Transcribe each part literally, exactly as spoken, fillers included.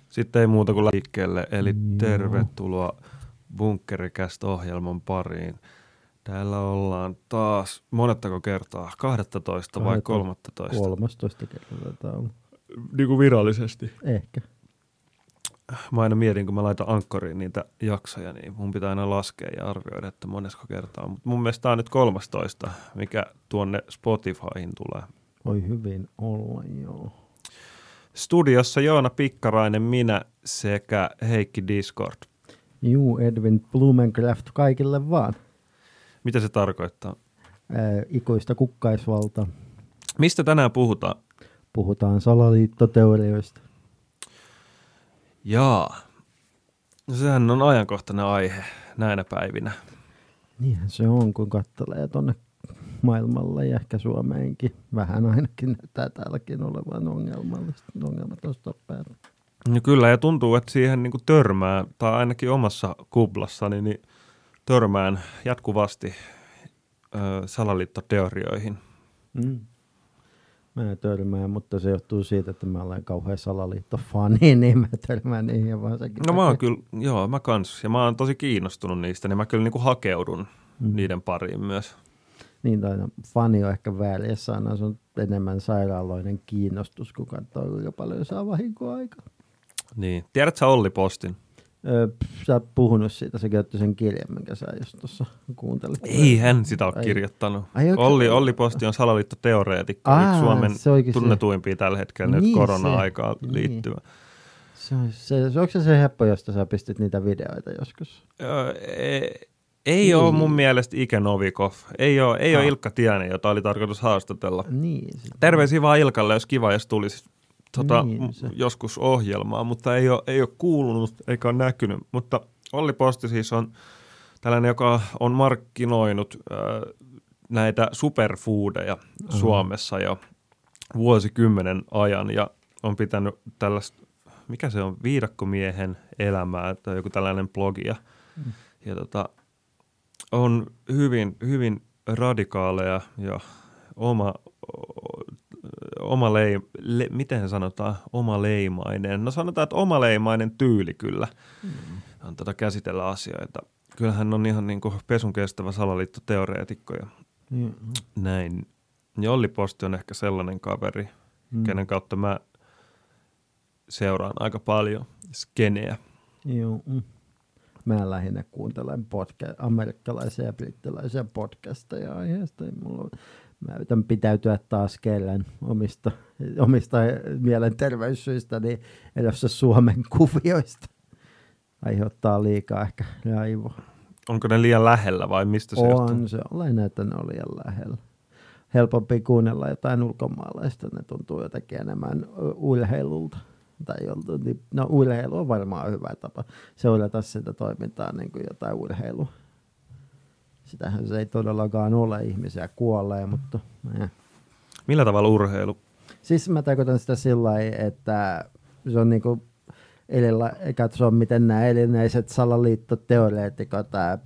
Sitten ei muuta kuin liikkeelle, eli Joo. tervetuloa Bunkkericast-ohjelman pariin. Täällä ollaan taas, monettako kertaa? kahdeksantoista vai kolmetoista? kolmetoista kertaa on. Niin kuin virallisesti. Ehkä. Mä aina mietin, kun mä laitan ankkoriin niitä jaksoja, niin mun pitää aina laskea ja arvioida, että monesko kertaa. Mutta mun mielestä tää on nyt kolmastoista, mikä tuonne Spotifyhin tulee. Voi hyvin olla, joo. Studiossa Joona Pikkarainen, minä sekä Heikki Discord. Juu, Edwin Blumencraft kaikille vaan. Mitä se tarkoittaa? Ää, ikuista kukkaisvalta. Mistä tänään puhutaan? Puhutaan salaliittoteorioista. Jaa. No sehän on ajankohtainen aihe näinä päivinä. Niinhän se on, kun katselee tuonne maailmalle ja ehkä Suomeenkin. Vähän ainakin näyttää täälläkin olevan ongelmallista, ongelmatosta päällä. No kyllä, ja tuntuu, että siihen niin kuin törmää, tai ainakin omassa kuplassani, niin törmään jatkuvasti ö, salaliittoteorioihin. Mm. Mä törmään, mutta se johtuu siitä, että mä olen kauhean salaliittofani, niin mä törmään niihin vaan sekin. No mä oon kyllä, joo, mä kans, ja mä oon tosi kiinnostunut niistä, niin mä kyllä niin kuin hakeudun mm. niiden pariin myös. Niin, tai fani on ehkä väärässä sana, se on enemmän sairaaloinen kiinnostus, kun katsoo kuinka paljon saa vahinkoa aikaa. Niin, tiedätkö sä Olli Postin? Öö, sä oot puhunut siitä, se käytti sen kirjan, minkä sä just tuossa kuuntelit. Ei hän sitä ole ai, kirjoittanut. Ai, Olli, Olli Posti on salaliittoteoreetikko, yksi Suomen tunnetuimpia tällä hetkellä niin nyt korona-aikaan se, liittyvä. Niin. Se on se, se, onko se se heppo, josta sä pistit niitä videoita joskus? Öö, ei ei niin. ole mun mielestä Ike Novikov, ei ole, ei ah. ole Ilkka Tiainen, jota oli tarkoitus haastatella. Niin, terveisiä vaan Ilkalle, jos kiva, jos tulisi tota, niin, joskus ohjelmaa, mutta ei ole, ei ole kuulunut eikä ole näkynyt. Mutta Olli Posti siis on tällainen, joka on markkinoinut äh, näitä superfoodeja uh-huh. Suomessa jo vuosikymmenen ajan ja on pitänyt tällaista, mikä se on, viidakkomiehen elämää, tai joku tällainen blogi ja, uh-huh. ja tota, on hyvin, hyvin radikaaleja ja oma, oma leim, le, miten sanotaan, omaleimainen. No sanotaan, että omaleimainen tyyli kyllä mm. on tota käsitellä asioita. Kyllähän on ihan niin kuin pesun kestävä salaliittoteoreetikko ja mm. näin. Ja Olli Posti on ehkä sellainen kaveri, mm. kenen kautta mä seuraan aika paljon skeneä. Joo. Mm. Mä lähinnä kuuntelen podca- amerikkalaisia ja brittiläisiä podcasteja aiheesta. Mulla mä yritän pitäytyä taas kerran omista, omista mielenterveyssyistä, niin edes Suomen kuvioista aiheuttaa liikaa ehkä raivoa. Onko ne liian lähellä vai mistä se on, johtuu? On, se on lähinnä, että ne on liian lähellä. Helpompi kuunnella jotain ulkomaalaista, ne tuntuu jotenkin enemmän urheilulta. Tai joltu, niin, no urheilu on varmaan hyvä tapa seurata sitä toimintaa niin kuin jotain urheilua. Sitähän se ei todellakaan ole, ihmisiä kuolee, mutta... Eh. Millä tavalla urheilu? Siis mä tarkoitan sitä sillä lailla, että se on niinku edellä, katsoa miten nämä erinäiset salaliittoteoreetikot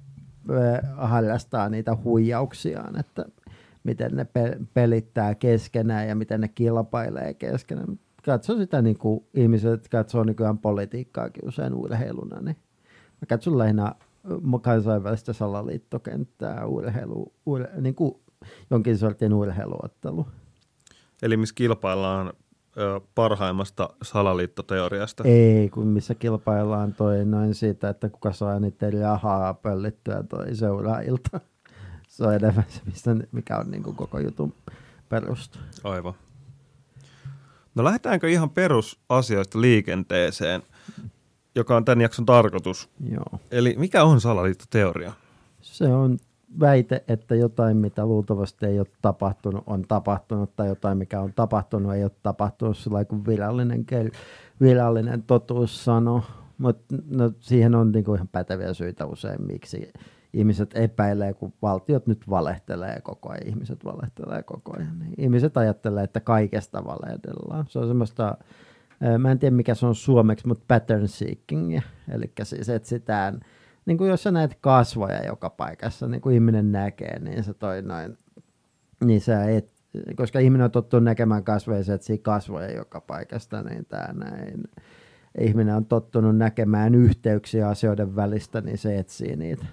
harrastaa niitä huijauksiaan, että miten ne pe- pelittää keskenään ja miten ne kilpailee keskenään. Katso sitä, niin kuin ihmiset katsoo nykyään politiikkaakin usein urheiluna, niin mä katson lähinnä kansainvälistä salaliittokenttää, urheilu, ur, niin kuin jonkin sortin urheiluottelu. Eli missä kilpaillaan ö, parhaimmasta salaliittoteoriasta? Ei, kun missä kilpaillaan toi noin siitä, että kuka saa niiden rahaa pöllittyä toi seuraajilta. Se on enemmän se, mistä, mikä on niin kuin koko jutun perusta. Aivan. No lähdetäänkö ihan perusasioista liikenteeseen, joka on tämän jakson tarkoitus? Joo. Eli mikä on salaliittoteoria? Se on väite, että jotain, mitä luultavasti ei ole tapahtunut, on tapahtunut, tai jotain, mikä on tapahtunut, ei ole tapahtunut sillä kuin virallinen, virallinen totuus sanoo. Mutta no, siihen on niinku ihan päteviä syitä usein, miksi ihmiset epäilee, kun valtiot nyt valehtelee koko ajan, ihmiset valehtelee koko ajan. Ihmiset ajattelee, että kaikesta valehdellaan. Se on semmoista, mä en tiedä mikä se on suomeksi, mutta pattern seeking. Eli siis etsitään, niin kuin jos sä näet kasvoja joka paikassa, niin kuin ihminen näkee, niin se toi noin, niin sä et, koska ihminen on tottunut näkemään kasvoja, se etsii kasvoja joka paikasta, niin tää näin. ihminen on tottunut näkemään yhteyksiä asioiden välistä, niin se etsii niitä.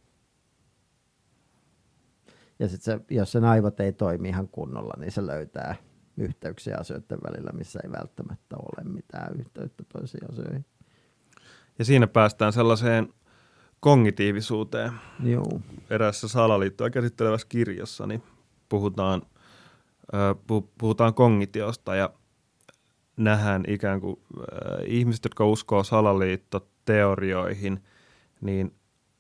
Ja sitten jos sen aivot ei toimi ihan kunnolla, niin se löytää yhteyksiä asioiden välillä, missä ei välttämättä ole mitään yhteyttä toisiin asioihin. Ja siinä päästään sellaiseen kognitiivisuuteen. Joo. Eräässä salaliittoa käsittelevässä kirjassa niin puhutaan, äh, puhutaan kognitiosta ja nähdään ikään kuin äh, ihmiset, jotka uskoo salaliittoteorioihin, niin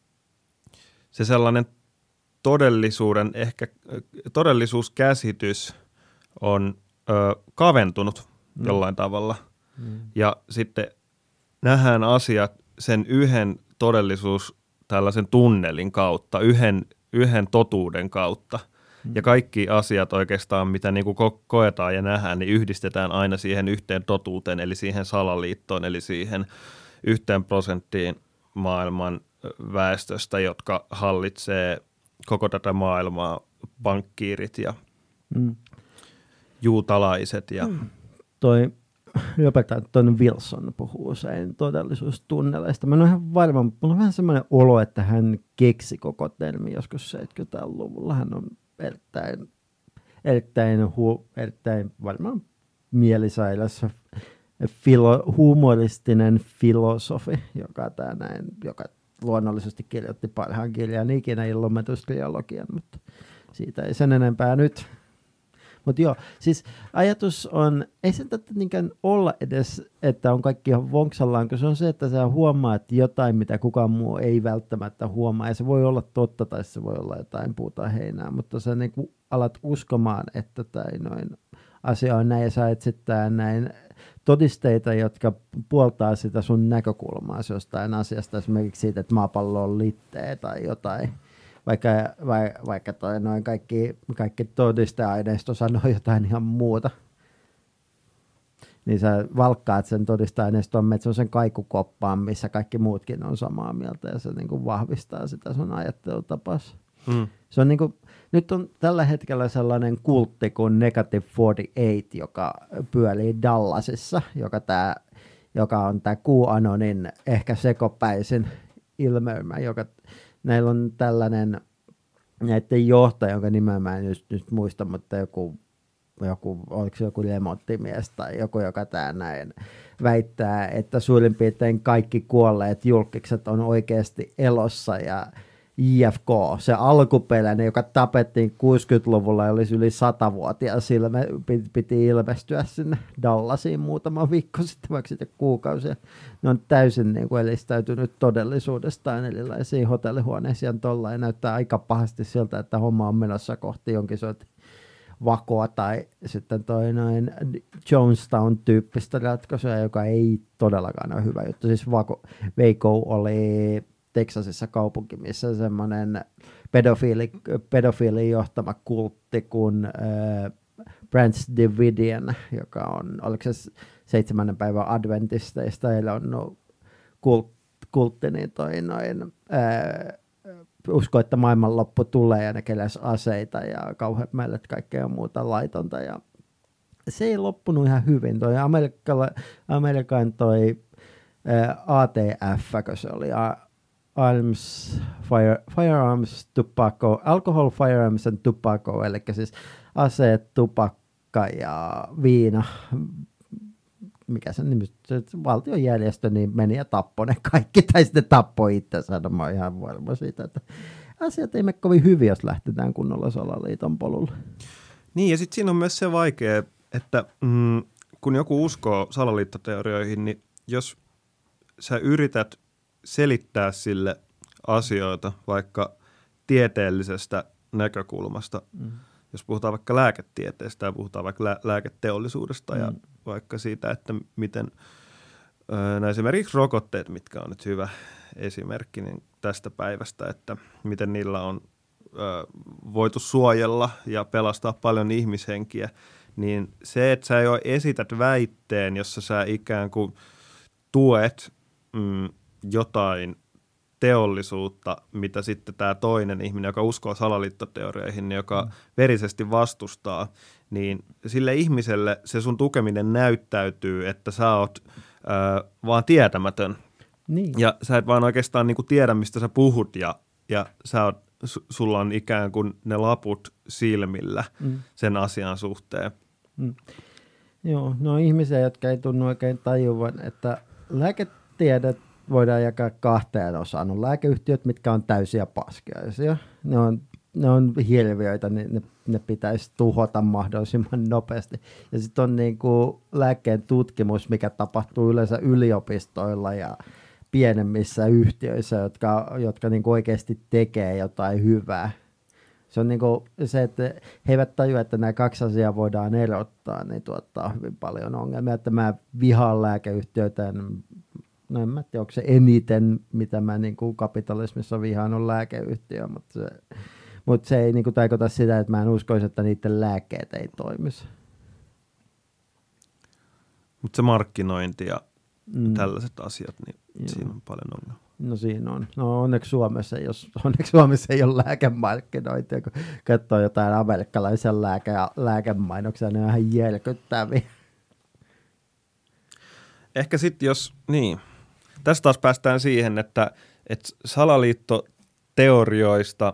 se sellainen todellisuuden, ehkä todellisuuskäsitys on ö, kaventunut mm. jollain tavalla. Mm. Ja sitten nähdään asiat sen yhden todellisuus tällaisen tunnelin kautta, yhden, yhden totuuden kautta. Mm. Ja kaikki asiat oikeastaan, mitä niin kuin ko- koetaan ja nähdään, niin yhdistetään aina siihen yhteen totuuteen, eli siihen salaliittoon, eli siihen yhteen prosenttiin maailman väestöstä, jotka hallitsee koko tätä maailmaa, pankkiirit ja mm. juutalaiset. Ja... Mm. Toi jopetaan, Ton Wilson puhuu usein todellisuustunneleista. Mä en ole ihan varma, mutta mulla on vähän semmoinen olo, että hän keksi koko termi joskus seitsemänkymmentäluvulla. Hän on erittäin, erittäin, hu, erittäin varmaan mielisairas filo, humoristinen filosofi, joka, tää näin, joka luonnollisesti kirjoitti parhaan kirjan ikinä Illuminatus-trilogian, mutta siitä ei sen enempää nyt. Mutta joo, siis ajatus on, ei se tätä niinkään olla edes, että on kaikki ihan vonksallaan, kun se on se, että sä huomaat jotain, mitä kukaan muu ei välttämättä huomaa, ja se voi olla totta tai se voi olla jotain puuta heinää, mutta sä niinku alat uskomaan, että tai noin asia on näin, ja sä etsittää näin todisteita, jotka puoltaa sitä sun näkökulmaa jostain asiasta, esimerkiksi siitä, että maapallo on litteä tai jotain. Vaikka, vai, vaikka toi noin kaikki, kaikki todisteaineisto sanoo jotain ihan muuta. Niin sä valkkaat sen todisteaineiston, että se on sen kaikukoppaan, missä kaikki muutkin on samaa mieltä, ja se niin kuin vahvistaa sitä sun ajattelutapas. Mm. Se on niin kuin, nyt on tällä hetkellä sellainen kultti kuin Negative neljäkymmentäkahdeksan, joka pyörii Dallasissa, joka, tää, joka on tämä QAnonin ehkä sekopäisin ilmeymä, joka näillä on tällainen näiden johtaja, jonka nimeä mä en just, just muista, mutta joku, joku, oliko se joku Lemonttimies tai joku, joka tää näin väittää, että suurin piirtein kaikki kuolleet julkikset on oikeasti elossa, ja J F K, se alkuperäinen, joka tapettiin kuusikymmentäluvulla ja olisi yli satavuotias, ilme, piti ilmestyä sinne Dallasiin muutama viikko sitten, vaikka sitten kuukausia. Ne on täysin niin kuin elistäytynyt todellisuudestaan erilaisiin hotellihuoneisiin tuolla, ja näyttää aika pahasti siltä, että homma on menossa kohti jonkin sortin vakoa tai sitten toi noin Jonestown-tyyppistä ratkaisua, joka ei todellakaan ole hyvä juttu. Siis Vako, Waco oli Texasissa kaupunki, missä semmoinen pedofiili, pedofiilin johtama kultti kuin äh, Branch Davidian, joka on, oliko se seitsemännen päivän adventisteista, heillä on no, kult, kultti, niin toi noin, äh, usko, että maailmanloppu tulee ja ne keläs aseita ja kauheat mällät kaikkea muuta laitonta, ja se ei loppunut ihan hyvin. Toi Amerikan toi äh, A T F, kun se oli a, Arms, fire, firearms, tobacco, alcohol, firearms and tobacco, eli siis aseet, tupakka ja viina, mikä sen nimi, valtionjärjestö, niin meni ja tappoi ne kaikki, tai sitten tappoi itse, mä oon ihan varma siitä, että asiat ei mene kovin hyvin, jos lähtetään kunnolla salaliiton polulle. Niin, ja sitten siinä on myös se vaikea, että mm, kun joku uskoo salaliittoteorioihin, niin jos sä yrität selittää sille asioita vaikka tieteellisestä näkökulmasta. Mm. Jos puhutaan vaikka lääketieteestä ja puhutaan vaikka lää- lääketeollisuudesta mm. ja vaikka siitä, että miten öö, esimerkiksi rokotteet, mitkä on nyt hyvä esimerkki niin tästä päivästä, että miten niillä on öö, voitu suojella ja pelastaa paljon ihmishenkiä, niin se, että sä jo esität väitteen, jossa sä ikään kuin tuet mm, jotain teollisuutta, mitä sitten tämä toinen ihminen, joka uskoo salaliittoteorioihin, niin joka mm. verisesti vastustaa, niin sille ihmiselle se sun tukeminen näyttäytyy, että sä oot ö, vaan tietämätön. Niin. Ja sä et vaan oikeastaan niin kuin tiedä, mistä sä puhut ja, ja sä oot, sulla on ikään kuin ne laput silmillä mm. sen asian suhteen. Mm. Joo, no ihmisiä, jotka ei tunnu oikein tajuvan, että lääketiede voidaan jakaa kahteen osaan. On lääkeyhtiöt, mitkä on täysiä paskiaisia. Ne on, ne on hirviöitä, niin ne, ne pitäisi tuhota mahdollisimman nopeasti. Ja sitten on niinku lääkkeen tutkimus, mikä tapahtuu yleensä yliopistoilla ja pienemmissä yhtiöissä, jotka, jotka niinku oikeasti tekee jotain hyvää. Se on niinku se, että he eivät tajua, että nämä kaksi asiaa voidaan erottaa, niin tuottaa hyvin paljon ongelmia. Että mä vihaan lääkeyhtiöitä, no en mä tiedä, onko se eniten, mitä mä niinku kapitalismissa vihaan, on lääkeyhtiö, mutta se, mutta se ei niinku tarkoita sitä, että mä en uskoisi, että niiden lääkkeet ei toimisi. Mutta se markkinointi ja mm. tällaiset asiat, niin Joo. siinä on paljon ongelmaa. No siinä on. No onneksi Suomessa, jos, onneksi Suomessa ei ole lääkemarkkinointia, kun katsoo jotain amerikkalaisia lääke- lääkemainoksia, ne on ihan järkyttäviä. Ehkä sitten jos, niin, tästä taas päästään siihen, että, että salaliittoteorioista,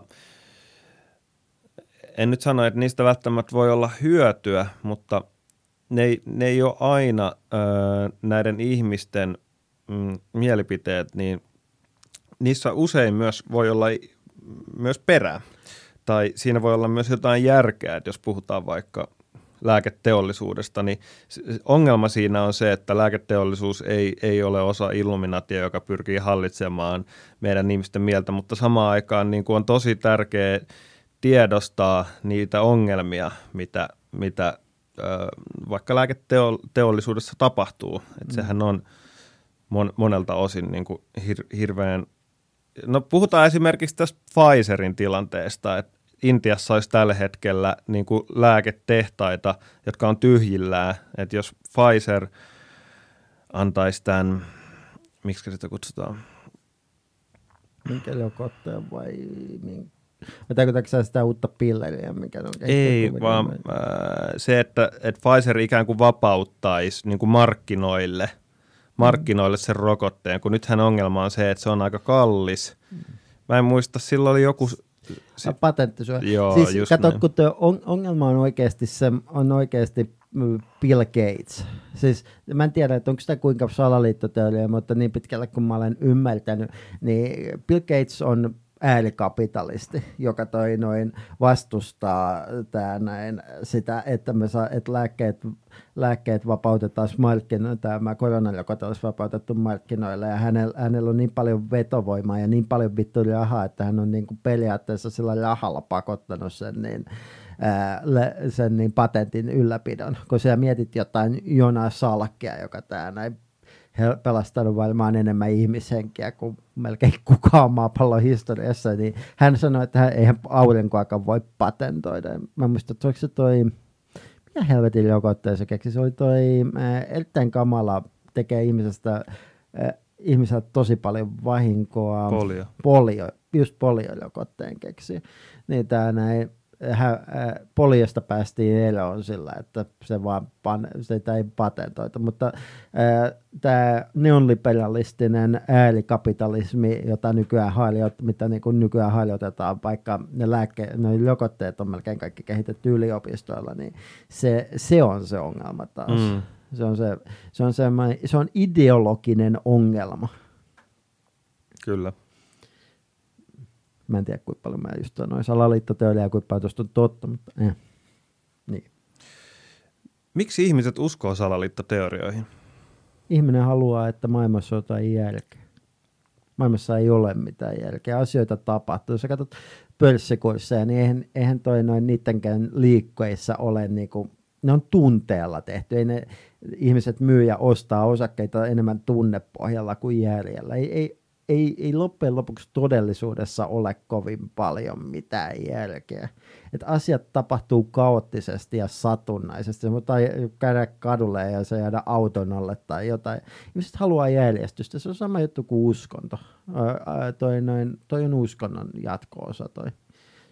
en nyt sano, että niistä välttämättä voi olla hyötyä, mutta ne ei, ne ei ole aina ö, näiden ihmisten mm, mielipiteet, niin niissä usein myös voi olla myös perää, tai siinä voi olla myös jotain järkeä, että jos puhutaan vaikka lääketeollisuudesta, niin ongelma siinä on se, että lääketeollisuus ei, ei ole osa Illuminatia, joka pyrkii hallitsemaan meidän ihmisten mieltä, mutta samaan aikaan niin kuin on tosi tärkeää tiedostaa niitä ongelmia, mitä, mitä ö, vaikka lääketeollisuudessa tapahtuu. Et sehän on mon, monelta osin niin kuin hir, hirveän. No puhutaan esimerkiksi tästä Pfizerin tilanteesta, että Intiassa olisi tällä hetkellä niin kuin lääketehtaita, jotka on tyhjillään. Että jos Pfizer antaisi tämän, miksi sitä kutsutaan? Minkä rokotteen vai minkä? Vai tarkoitatko sä sitä uutta pilleriä? Mikä on Ei, vaan äh, se, että, että Pfizer ikään kuin vapauttaisi niin kuin markkinoille, markkinoille sen rokotteen, kun nythän ongelma on se, että se on aika kallis. Mä en muista, silloin oli joku Si- patenttisuoja. Joo, siis just kato, näin. kun on, ongelma on oikeasti, se, on oikeasti Bill Gates. Siis mä en tiedä, että onko sitä kuinka salaliittoteoria, mutta niin pitkälle kun mä olen ymmärtänyt, niin Bill Gates on äärikapitalisti, joka toi noin vastustaa tää näin sitä, että me saa, että lääkkeet, lääkkeet vapautetaan markkinoille, tämä koronarokote olisi vapautettu markkinoille, ja hänellä, hänellä on niin paljon vetovoimaa ja niin paljon vittu rahaa, että hän on niin kuin periaatteessa sillä rahalla pakottanut sen niin, ää, sen niin patentin ylläpidon. Kun sä mietit jotain Jonas Salkkia, joka tää näin he pelastanut varmaan enemmän ihmishenkiä kuin melkein kukaan maapallon historiassa, niin hän sanoi, että eihän aurinkoakaan voi patentoida. Mä muistan, että oliko se toi, mikä helvetin rokotteen se keksi, se oli toi äh, erittäin kamala, tekee ihmisestä, äh, ihmiseltä tosi paljon vahinkoa. Polio. Polio, just poliorokotteen keksi. Niin tää näin, Hä, äh, poliosta päästiin eroon sillä, että se vaan pan, sitä ei patentoita, mutta äh, tämä neoliberalistinen äärikapitalismi, jota nykyään harjoit, mitä niin kuin nykyään harjoitetaan, vaikka ne, lääke, ne rokotteet on melkein kaikki kehitetty yliopistoilla, niin se, se on se ongelma taas. Mm. Se, on se, se, on se, se on ideologinen ongelma. Kyllä. Mä en tiedä, kuinka paljon mä just noin salaliittoteoria ja kuinka paljon tuosta on totta, mutta eh. niin. Miksi ihmiset uskoo salaliittoteorioihin? Ihminen haluaa, että maailmassa on jotain järkeä. Maailmassa ei ole mitään järkeä. Asioita tapahtuu. Jos sä katsot pörssikursseja, niin eihän, eihän toi noin niittenkään liikkeessä ole niinku, ne on tunteella tehty. Ei ne ihmiset myy ja ostaa osakkeita enemmän tunnepohjalla kuin järjellä. Ei, ei Ei, ei loppujen lopuksi todellisuudessa ole kovin paljon mitään järkeä. Et asiat tapahtuu kaoottisesti ja satunnaisesti. Mutta käydä kadulle ja se jäädä auton alle tai jotain. Ihmiset haluaa järjestystä. Se on sama juttu kuin uskonto. Ää, toi, noin, toi on uskonnon jatko-osa toi.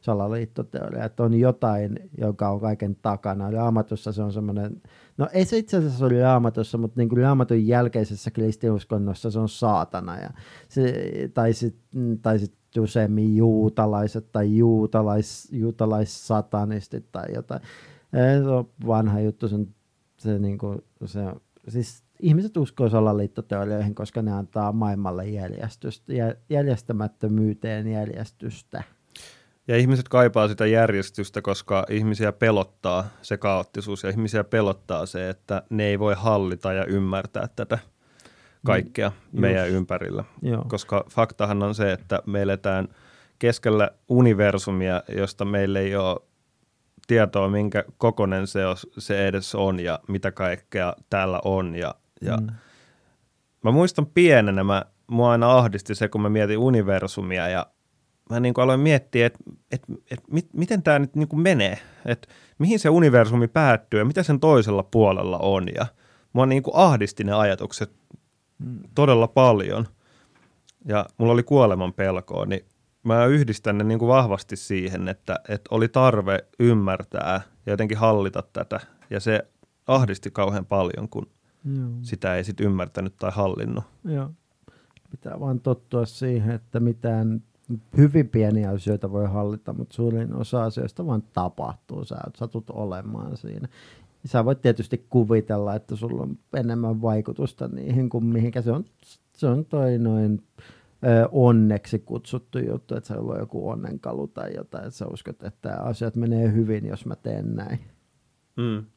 salaliittoteoria, että on jotain, joka on kaiken takana. Raamatussa se on semmoinen, no ei se itse asiassa ole Raamatussa, mutta niin kuin Raamatun jälkeisessä kristinuskonnossa se on saatana, ja se, tai sitten tai sit useimmin juutalaiset tai juutalais, juutalaissatanistit tai jotain. Se on vanha juttu, se, se, niin kuin, se siis ihmiset uskoo salaliittoteorioihin, koska ne antaa maailmalle järjestystä, järjestämättömyyteen järjestystä. Ja ihmiset kaipaa sitä järjestystä, koska ihmisiä pelottaa se kaoottisuus ja ihmisiä pelottaa se, että ne ei voi hallita ja ymmärtää tätä kaikkea mm, meidän just. ympärillä. Joo. Koska faktahan on se, että me eletään keskellä universumia, josta meillä ei ole tietoa, minkä kokoinen se, se edes on ja mitä kaikkea täällä on. Ja, ja mm. Mä muistan pienenä, mä, mua aina ahdisti se, kun mä mietin universumia ja mä niin kuin aloin miettiä, että et, et, mit, miten tämä nyt niin kuin menee, että mihin se universumi päättyy ja mitä sen toisella puolella on. Ja mua niin kuin ahdisti ne ajatukset mm. todella paljon ja mulla oli kuoleman pelkoa, niin mä yhdistän ne niin kuin vahvasti siihen, että, että oli tarve ymmärtää ja jotenkin hallita tätä. Ja se ahdisti kauhean paljon, kun Joo. sitä ei sit ymmärtänyt tai hallinnut. Joo. Pitää vaan tottua siihen, että mitään hyvin pieniä asioita voi hallita, mutta suurin osa asioista vaan tapahtuu. Sä satut olemaan siinä. Sä voit tietysti kuvitella, että sulla on enemmän vaikutusta niihin kuin mihinkä se on. Se on toi noin onneksi kutsuttu juttu, että se on joku onnenkalu tai jotain, että sä uskot, että asiat menee hyvin, jos mä teen näin. Mm.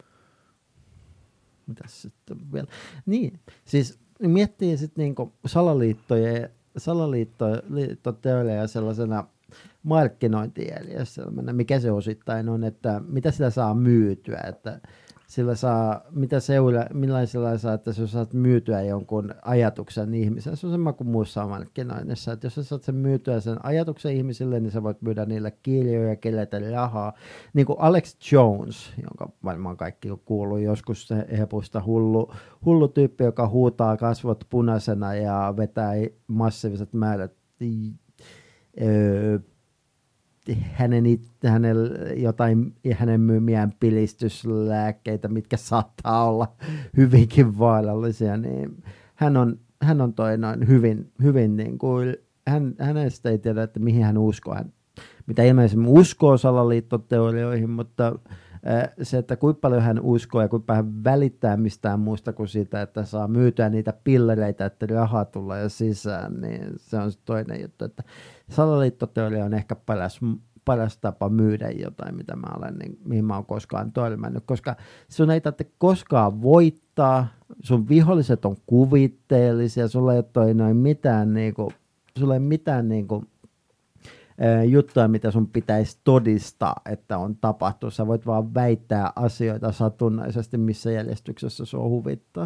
Mitäs sitten vielä? Niin, siis miettii sitten niinku salaliittoja, salaliittoteoria sellaisena markkinointijärjestelmänä, mikä se osittain on, että mitä sitä saa myytyä, että sillä saa, mitä seura, millaisella saa, että sä saat myytyä jonkun ajatuksen ihmiselle. Se on sama kuin muussa markkinoinnissa, että jos sä saat sen myytyä sen ajatuksen ihmisille, niin sä voit myydä niille kirjoja, kerätä rahaa. Niin kuin Alex Jones, jonka varmaan kaikki on kuullut joskus, se hepusta hullu, hullu tyyppi, joka huutaa kasvot punaisena ja vetää massiiviset määrät öö, hänen, hänen jotain hänen myymiään pilistyslääkkeitä, mitkä saattaa olla hyvinkin vaarallisia, niin hän on, hän on toi noin hyvin, hyvin niin kuin, hän, hänestä ei tiedä, että mihin hän uskoo. Hän, mitä ilmeisemmin uskoo salaliittoteorioihin, mutta äh, se, että kuinka paljon hän uskoo ja kuinka hän välittää mistään muusta kuin siitä, että saa myytyä niitä pillereitä, että rahaa tulee sisään, niin se on toinen juttu, että salaliittoteoria on ehkä paras, paras tapa myydä jotain, mitä mä olen, niin, mihin mä oon koskaan törmännyt, koska sun ei tarvitse koskaan voittaa, sun viholliset on kuvitteellisia, sulla ei ole toi noin mitään, niinku, sulla ei mitään niinku, ä, juttuja, mitä sun pitäisi todistaa, että on tapahtunut. Sä voit vaan väittää asioita satunnaisesti, missä järjestyksessä sua huvittaa.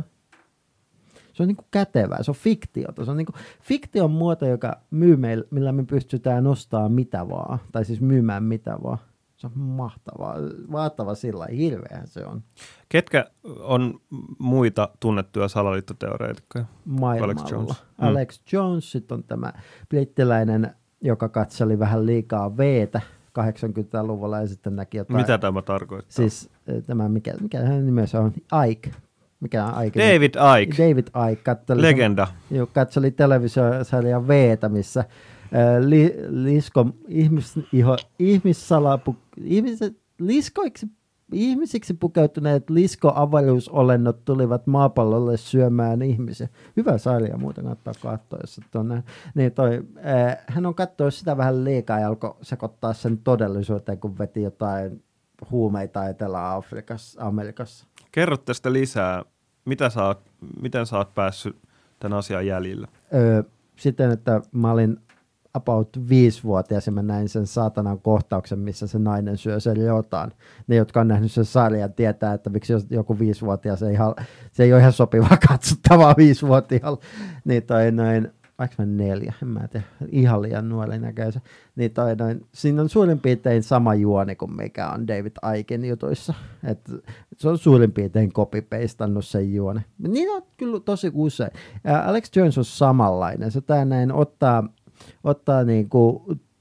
Se on niin kuin kätevää, se on fiktiota. Se on niin kuin fiktion muoto, joka myy meille, millä me pystytään nostamaan mitä vaan, tai siis myymään mitä vaan. Se on mahtavaa, vaatava sillä hirveähän se on. Ketkä on muita tunnettuja salaliittoteoreetikkoja? Maailmalla. Alex Jones. Mm. Alex Jones, sitten on tämä brittiläinen, joka katseli vähän liikaa V:tä kahdeksankymmentäluvulla ja sitten näki jotain. Mitä tämä tarkoittaa? Siis tämä, mikä, mikä hänen nimensä on? Ike. Mikä on Ike? David Icke. David Icke. Katseli Legenda. Sen, joo, katseli televisiosarjan V:tä, missä äh, li, lisko, ihmis, iho, ihmissalapu, ihmiset, liskoiksi, ihmisiksi pukeutuneet lisko-avaruusolennot tulivat maapallolle syömään ihmisiä. Hyvä sarja, muuten kannattaa katsoa, jos tuonne. Niin toi, äh, hän on katsonut sitä vähän liikaa ja alkoi sekoittaa sen todellisuuteen, kun veti jotain huumeita Etelä-Afrikassa, Amerikassa. Kerro tästä lisää. Mitä sä oot, miten sä oot päässyt tämän asian jäljille? Öö, siten, että mä olin about viisivuotias ja mä näin sen saatanan kohtauksen, missä se nainen syö sen jotain. Ne, jotka on nähnyt sen sarjan, tietää, että miksi joku viisivuotias ei, se ei ole ihan sopivaa katsottavaa viisivuotiaalla. Niin toi noin, vaikka mä neljä, en mä tiedä, ihan liian nuori näköisä. Niin toi noin, siinä on suurin piirtein sama juoni kuin mikä on David Icken jutuissa. Et se on suurin piirtein copy-pastannut sen juoni. Niin on kyllä tosi usein. Ja Alex Jones on samanlainen. Se tää näin ottaa, ottaa niinku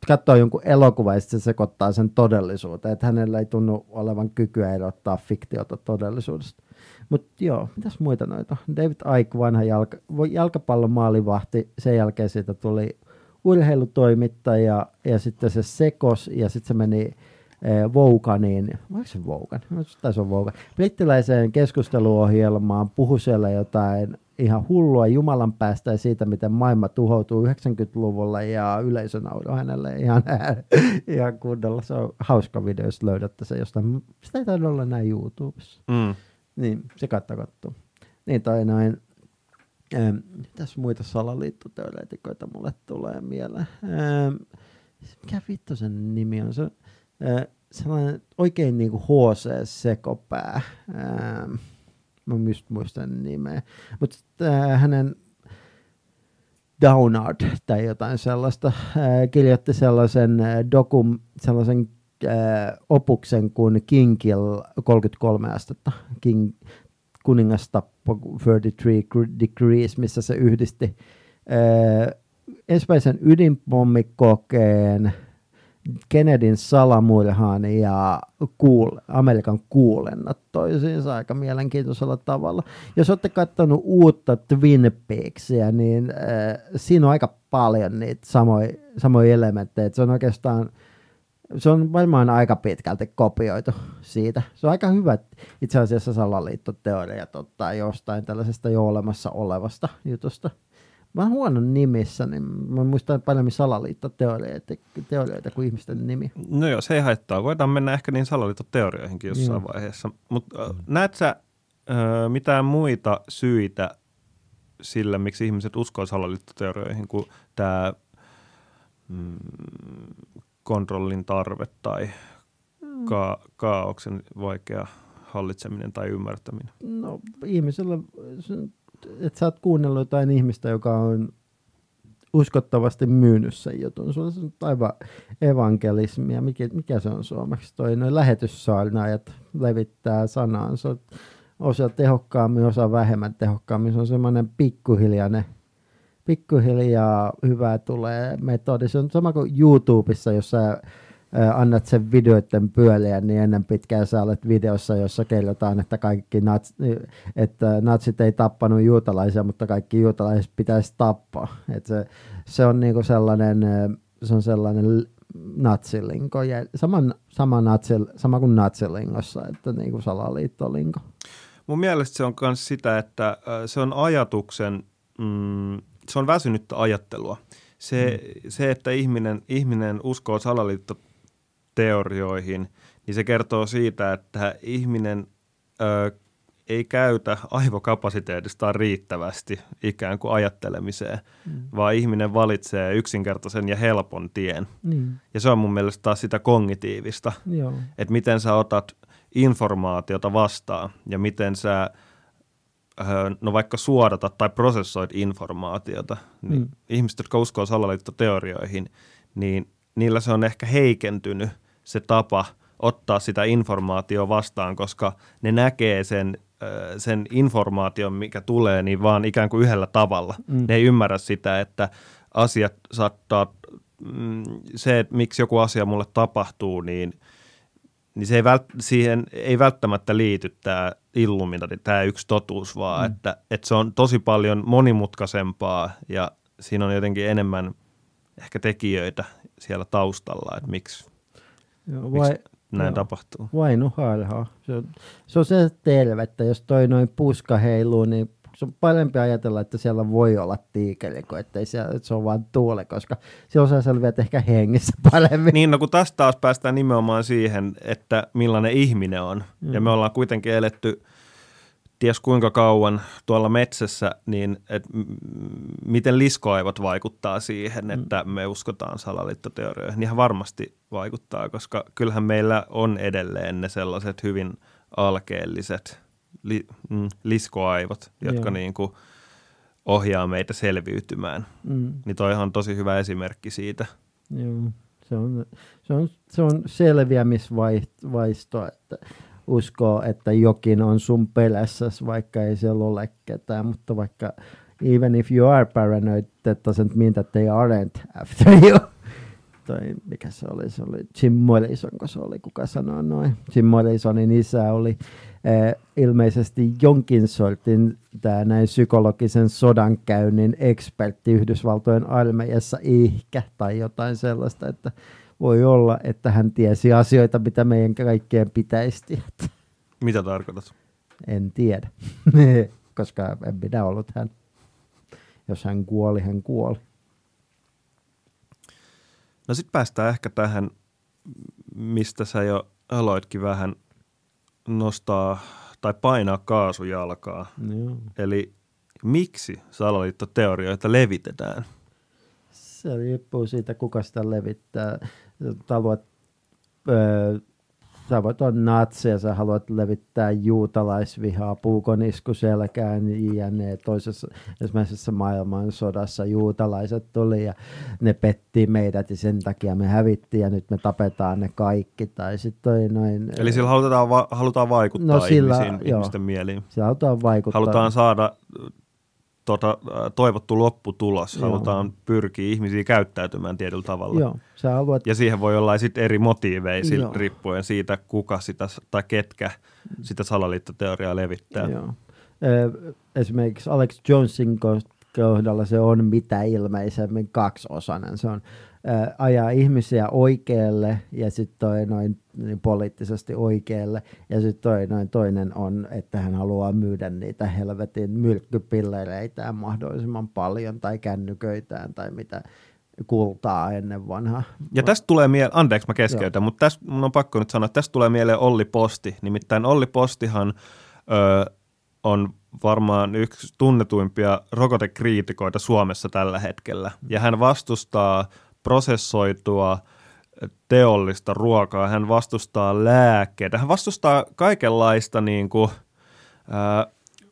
katsoo jonkun elokuvan ja se sekoittaa sen todellisuuteen, että hänellä ei tunnu olevan kykyä erottaa fiktiota todellisuudesta. Mutta joo, mitäs muita noita? David Icke, vanha jalka, jalkapallon maalivahti, sen jälkeen siitä tuli urheilutoimittaja ja sitten se sekos ja sitten se meni eh, Voganiin, vai se Vogan? Taisi on Vogan. Brittiläiseen keskusteluohjelmaan, puhui siellä jotain ihan hullua Jumalan päästä ja siitä, miten maailma tuhoutuu yhdeksänkymmentäluvulla ja yleisö nauroi hänelle ihan, ihan kunnolla. Se on hauska video, jos löydätte se jostain. Sitä ei taida olla näin YouTubessa. Mm. Niin, se kannattaa katsoa. Niin tai noin. Ähm, mitäs muita salaliittoteoreetikoita mulle tulee mieleen? Ähm, mikä vittu sen nimi on? Se on äh, sellainen oikein niinku H C-sekopää. Ähm, mä just muistan nimeä. Mutta äh, hänen Downard tai jotain sellaista äh, kirjoitti sellaisen äh, dokum, sellaisen äh, opuksen kuin King Kill kolmekymmentäkolme astetta. King kuningastappo kolmekymmentäkolme degrees, missä se yhdisti äh, ensimmäisen ydinpommikokeen, Kennedyn salamurhaan ja kuul, Amerikan kuulennat toisiinsa aika mielenkiintoisella tavalla. Jos olette katsonut uutta Twin Peaksia, niin äh, siinä on aika paljon niitä samoja, samoja elementtejä. Se on oikeastaan, se on varmaan aika pitkälti kopioitu siitä. Se on aika hyvä itse asiassa salaliittoteoriat ottaa jostain tällaisesta jo olemassa olevasta jutusta. Mä oon huono nimissä, niin mä muistan paljon salaliittoteorioita teorioita kuin ihmisten nimi. No joo, se ei haittaa. Voidaan mennä ehkä niin salaliittoteorioihinkin jossain joo. vaiheessa. Mutta äh, näet sä äh, mitään muita syitä sille, miksi ihmiset uskoo salaliittoteorioihin, kuin tämä mm, kontrollin tarve tai mm. ka- kaaoksen vaikea hallitseminen tai ymmärtäminen? No ihmisellä... että sä oot kuunnellut jotain ihmistä, joka on uskottavasti myynyt sen jutun. Se on aivan evankelismia. Mikä, mikä se on suomeksi? Toi noin lähetyssaarnaajat levittää sanaan. Se on osa tehokkaammin, osa vähemmän tehokkaammin. Se on semmoinen pikkuhiljainen, pikkuhiljaa hyvää tulee metodi. Se on sama kuin YouTubessa, jossa annat sen videoiden pyöliä, niin ennen pitkään sä olet videossa, jossa kerrotaan, että kaikki nats, että natsit ei tappanut juutalaisia, mutta kaikki juutalaiset pitäisi tappaa. Et se, se on niinku sellainen, se on sellainen natsilinko, sama, sama, natsil, sama kuin natsilingossa, että niinku salaliittolinko. Mun mielestä se on myös sitä, että se on ajatuksen, mm, se on väsynyttä ajattelua. Se, mm. se että ihminen, ihminen uskoo salaliitto teorioihin, niin se kertoo siitä, että ihminen ö, ei käytä aivokapasiteetistaan riittävästi ikään kuin ajattelemiseen, mm. vaan ihminen valitsee yksinkertaisen ja helpon tien. Mm. Ja se on mun mielestä taas sitä kognitiivista, että miten sä otat informaatiota vastaan ja miten sä ö, no vaikka suodatat tai prosessoit informaatiota. Niin mm. ihmiset, jotka uskoo salaliittoteorioihin, niin niillä se on ehkä heikentynyt se tapa ottaa sitä informaatiota vastaan, koska ne näkee sen, sen informaation, mikä tulee, niin vaan ikään kuin yhdellä tavalla. Mm. Ne ei ymmärrä sitä, että asiat saattaa, se, että miksi joku asia mulle tapahtuu, niin, niin se ei vält, siihen ei välttämättä liity tämä Illuminati, tämä yksi totuus, vaan mm. että, että se on tosi paljon monimutkaisempaa ja siinä on jotenkin enemmän ehkä tekijöitä siellä taustalla, että miksi, joo, vai, miksi näin joo, tapahtuu. Vainoharhaa. Se on, se on se tervettä, jos toi noin puska heiluu, niin se on parempi ajatella, että siellä voi olla tiikeri, kuin ettei siellä, että se on vaan tuule, koska se osaa selviä ehkä hengissä paremmin. Niin, no kun tästä taas päästään nimenomaan siihen, että millainen ihminen on. Mm. Ja me ollaan kuitenkin eletty ties kuinka kauan tuolla metsässä, niin et m- miten liskoaivot vaikuttaa siihen, että me uskotaan salaliittoteorioihin. Ihan varmasti vaikuttaa, koska kyllähän meillä on edelleen ne sellaiset hyvin alkeelliset li- mm, liskoaivot, jotka niin kuin ohjaa meitä selviytymään. Mm. Niin toihan on tosi hyvä esimerkki siitä. Joo, se on, se on, se on selviämisvaisto, että uskoo, että jokin on sun pelässäs, vaikka ei siellä ole ketään, mutta vaikka even if you are paranoid, that doesn't mean that they aren't after you. toi, mikä se oli, se oli Jim Morrison, kun se oli, kuka sanoo noin. Jim Morrisonin isä oli eh, ilmeisesti jonkin sortin tää näin psykologisen sodankäynnin ekspertti Yhdysvaltojen armeijassa ehkä, tai jotain sellaista, että voi olla, että hän tiesi asioita, mitä meidän kaikkien pitäisi tietää. Mitä tarkoitat? En tiedä, koska en minä ollut hän. Jos hän kuoli, hän kuoli. No sitten päästään ehkä tähän, mistä sä jo aloitkin vähän nostaa tai painaa kaasujalkaa. Joo. Eli miksi salaliittoteorioita levitetään? Se riippuu siitä, kuka sitä levittää. Haluat, öö, sä voit olla natsi ja sä haluat levittää juutalaisvihaa, puukonisku selkään ja ne toisessa ensimmäisessä maailmansodassa juutalaiset tuli ja ne petti meidät ja sen takia me hävittiin ja nyt me tapetaan ne kaikki. Tai sit toi noin, Eli sillä halutaan, va- halutaan vaikuttaa no sillä, ihmisiin, joo, ihmisten mieliin. Sillä halutaan vaikuttaa. Halutaan saada tota, toivottu lopputulos. Joo. Halutaan pyrkiä ihmisiä käyttäytymään tietyllä tavalla. Joo, sä haluat... Ja siihen voi olla sit eri motiiveja riippuen siitä, kuka sitä tai ketkä sitä salaliittoteoriaa levittää. Joo. Esimerkiksi Alex Jonesin kohdalla se on mitä ilmeisemmin kaksiosainen. Se on ää, ajaa ihmisiä oikealle ja sitten toi noin niin poliittisesti oikealle. Ja sitten toi noin toinen on, että hän haluaa myydä niitä helvetin myrkkypillereitään mahdollisimman paljon tai kännyköitään tai mitä kultaa ennen vanhaa. Ja tästä tulee mieleen, anteeksi mä keskeytän, Joo. mutta tästä mun on pakko nyt sanoa, että tästä tulee mieleen Olli Posti. Nimittäin Olli Postihan ö, on varmaan yksi tunnetuimpia rokotekriitikoita Suomessa tällä hetkellä. Ja hän vastustaa prosessoitua teollista ruokaa, hän vastustaa lääkkeitä, hän vastustaa kaikenlaista niin kuin, ää,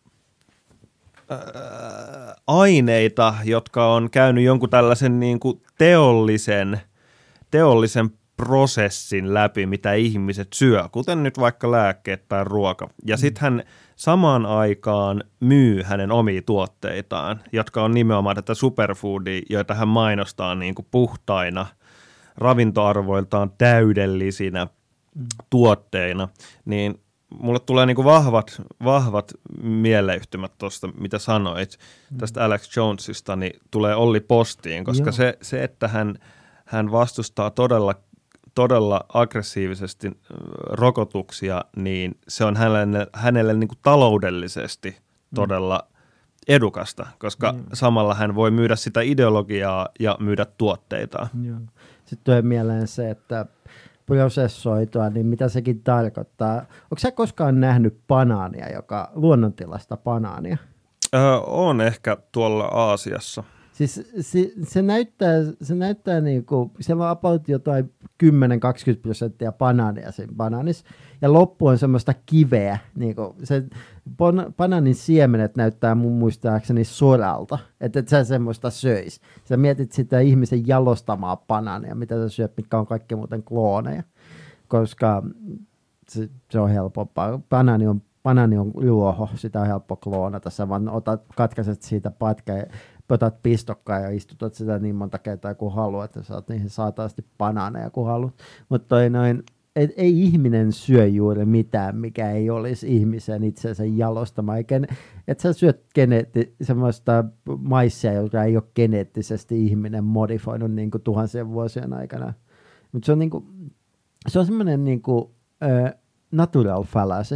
ää, aineita, jotka on käynyt jonkun tällaisen niin kuin teollisen, teollisen prosessin läpi, mitä ihmiset syö, kuten nyt vaikka lääkkeet tai ruoka. Ja sitten hän samaan aikaan myy hänen omia tuotteitaan, jotka on nimenomaan tätä superfoodia, joita hän mainostaa niin kuin puhtaina, ravintoarvoiltaan täydellisinä mm. tuotteina, niin mulle tulee niin kuin vahvat, vahvat mieleyhtymät tuosta, mitä sanoit mm. tästä Alex Jonesista, niin tulee Olli Postiin, koska se, se, että hän, hän vastustaa todella todella aggressiivisesti rokotuksia, niin se on hänelle, hänelle niin kuin taloudellisesti todella edukasta, koska mm. samalla hän voi myydä sitä ideologiaa ja myydä tuotteita. Joo. Sitten tulee mieleen se, että prosessoitua, niin mitä sekin tarkoittaa. Onko sä koskaan nähnyt banaania, joka luonnontilasta banaania? Öö, on ehkä tuolla Aasiassa. Siis se, se näyttää, se näyttää niin kuin, siellä on about jotain kymmenen kaksikymmentä prosenttia banaania siinä banaanissa, ja loppu on semmoista kiveä, niin kuin se bon, banaanin siemenet näyttää mun muistaakseni soralta, että et sä semmoista söis. Sä mietit sitä ihmisen jalostamaa banaania, mitä sä syöt, mitkä on kaikki muuten klooneja, koska se, se on helpompaa. Banaani on, banaani on juoho, sitä on helppo kloonata, sä vaan otat, katkaiset siitä patkaa ja otat pistokkaa ja istutat sitä niin monta kertaa kuin haluat, ja saat niihin saataasti banaaneja kuin haluat. Mutta noin, et, ei ihminen syö juuri mitään, mikä ei olisi ihmisen itsensä jalostama. Että sä syöt geneetti, semmoista maissia, joka ei ole geneettisesti ihminen modifoinut niin kuin tuhansien vuosien aikana. Mutta se on, niin kuin, se on semmoinen niin kuin, äh, natural fallacy,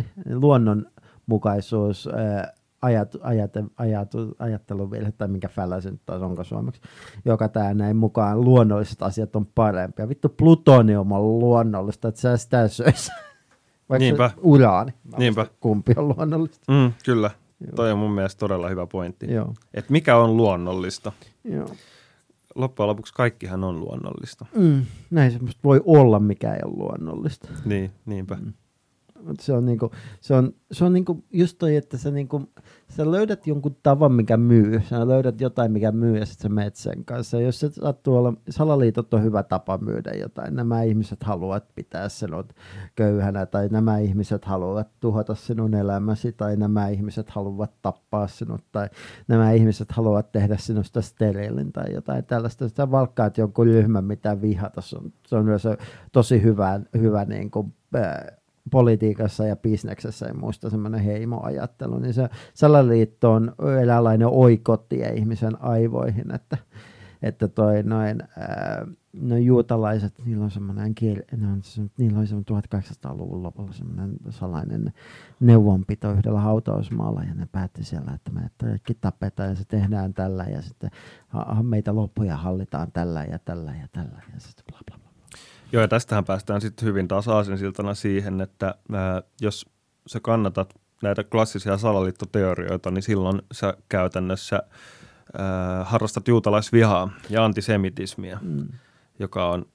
luonnonmukaisuus, äh, Ajat, ajat, ajatu, ajatteluvirhe, tai minkä fallacy nyt taas onko suomeksi, joka tää näin mukaan luonnolliset asiat on parempia. Vittu plutonium on luonnollista, että sä sitä söisi. Vaikka Niinpä. uraani. Niinpä. Kumpi on luonnollista. Mm, kyllä. Joo. Toi on mun mielestä todella hyvä pointti. Että mikä on luonnollista. Joo. Loppujen lopuksi kaikkihan on luonnollista. Mm, näin semmoista voi olla, mikä ei ole luonnollista. Niin, niinpä. Mm. Se on, niinku, se on, se on niinku just toi, että sä, niinku, sä löydät jonkun tavan, mikä myy. Sä löydät jotain, mikä myy, ja sitten sä menet sen kanssa. Jos se sattuu olla, salaliitot on hyvä tapa myydä jotain. Nämä ihmiset haluavat pitää sinut köyhänä, tai nämä ihmiset haluavat tuhota sinun elämäsi, tai nämä ihmiset haluavat tappaa sinut, tai nämä ihmiset haluavat tehdä sinusta steriilin, tai jotain tällaista. Sä valkkaat jonkun ryhmän, mitä vihata. Se on, se on myös tosi hyvä, hyvä niin kuin, äh, politiikassa ja bisneksessä ja muista semmoinen heimoajattelu, niin se salaliitto on eräänlainen oikotie ihmisen aivoihin, että, että toi noin, ää, no juutalaiset, niillä on semmoinen kieli, ne on, niillä on semmoinen tuhatkahdeksansataaluvun lopulla semmoinen salainen neuvonpito yhdellä hautausmaalla, ja ne päätti siellä, että me kaikki tapetaan ja se tehdään tällä, ja sitten ha, meitä loppuja hallitaan tällä ja tällä ja tällä, ja sitten bla bla bla. Joo, ja tästähän päästään sitten hyvin taas aasinsiltana siihen, että ää, jos sä kannatat näitä klassisia salaliittoteorioita, niin silloin sä käytännössä ää, harrastat juutalaisvihaa ja antisemitismiä, mm. joka on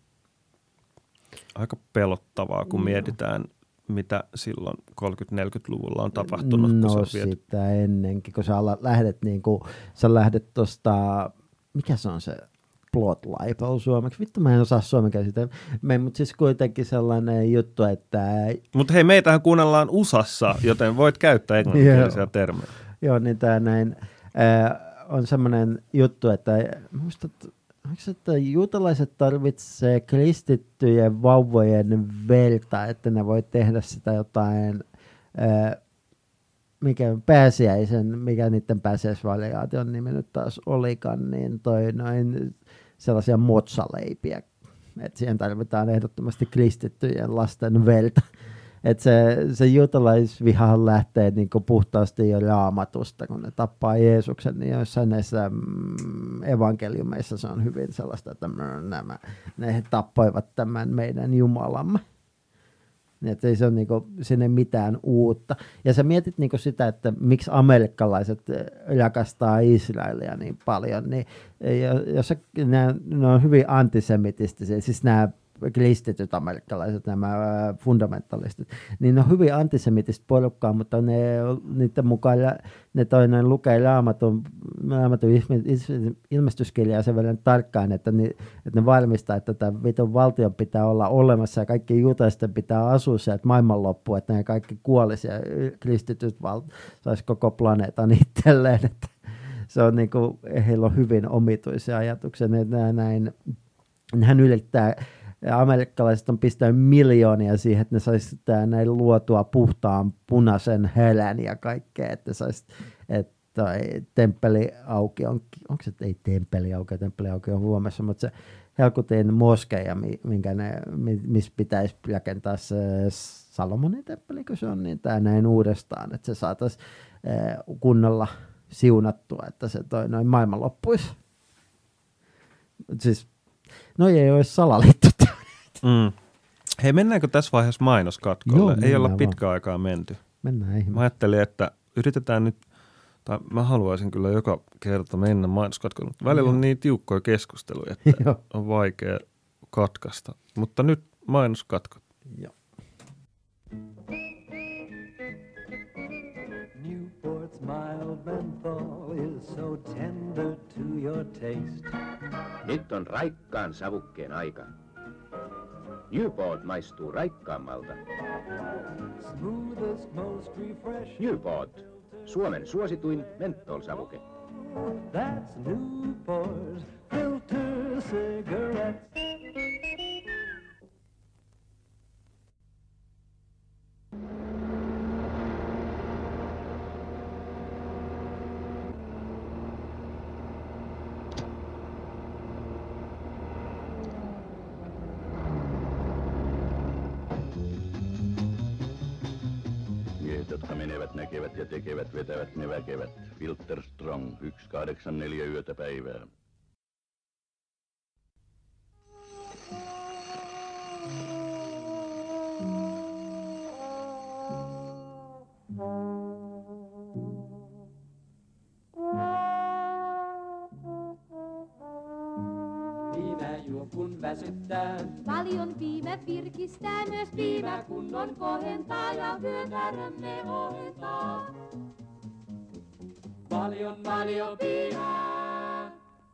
aika pelottavaa, kun no. mietitään, mitä silloin kolmekymmentä-neljäkymmentäluvulla on tapahtunut. No kun sitä ennenkin, kun sä lähdet, niin kuin, sä lähdet tuosta, mikä se on se? Plot libel suomeksi. Vittu, mä en osaa suomeksi sitä. Mutta siis kuitenkin sellainen juttu, että... Mutta hei, meitähän kuunnellaan U S A:ssa, joten voit käyttää englanninkielisiä termejä. Joo, niin tämä näin äh, on semmoinen juttu, että muistat, että juutalaiset tarvitsee kristittyjen vauvojen verta, että ne voi tehdä sitä jotain... Äh, mikä pääsiäisen, mikä niiden pääsiäisvariaation nimi nyt taas olikaan, niin toi noin sellaisia motsaleipiä. Että siihen tarvitaan ehdottomasti kristittyjen lasten verta. Että se, se juutalaisviha lähtee niinku puhtaasti jo Raamatusta, kun ne tappaa Jeesuksen, niin joissain näissä mm, evankeliumeissa se on hyvin sellaista, että nämä, ne tappoivat tämän meidän Jumalamme. Että ei se ole niinku sinne mitään uutta. Ja sä mietit niinku sitä, että miksi amerikkalaiset rakastaa Israelia niin paljon, niin jos nämä, ne on hyvin antisemitistisiä, siis nämä kristityt amerikkalaiset, nämä fundamentalistit, niin ne on hyvin antisemitistä porukkaa, mutta ne, niiden mukaan ne toinen lukee raamatun, raamatun ilmestyskirjaa sen verran tarkkaan, että, ni, että ne varmistaa, että tämä vitun valtion pitää olla olemassa ja kaikki juutalaisten pitää asua siellä, että maailmanloppu, että ne kaikki kuolisi ja kristityt val- saisi koko planeetan itselleen, että se on niin kuin, heillä on hyvin omituisia ajatuksia, että näin, hän yrittää. Ja amerikkalaiset on pistänyt miljoonia siihen, että ne saisi näin luotua puhtaan punaisen helän ja kaikkea, että saisi, että temppeli auki on, onko se, ei temppeli auki, temppeli auki on Suomessa, mutta se Helkutin moskeija, minkä ne, missä pitäisi rakentaa se Salomonin temppeli, kun se on, niin tämä näin uudestaan, että se saataisiin kunnolla siunattua, että se toi noin maailman loppuisi. Siis no ei ole salaliitto. Mm. Hei, mennäänkö tässä vaiheessa mainoskatkolle? Joo, ei olla pitkä aikaa menty. Mennään ihme. Mä ajattelin, että yritetään nyt, tai mä haluaisin kyllä joka kerta mennä mainoskatkolle, mutta välillä Joo. on niin tiukkoja keskusteluja, että Joo. on vaikea katkaista. Mutta nyt mainoskatkot. Joo. Newport's mild menthol is so tender to your taste. Nyt on raikkaan savukkeen aika. Newport maistuu raikkaammalta. Smoothest, most refreshing. Newport, Suomen suosituin menthol-savuke. That's Newport's filter cigarettes. Jotka menevät, näkevät ja tekevät, vetävät, ne väkevät. Filter Strong, yksi kahdeksan neljä yötä päivää. Minä juon kun väsyttää. Paljon piimä virkistää, myös piimä kunnon kohentaa ja vyötärömme ohentaa. Paljon, paljon piimää.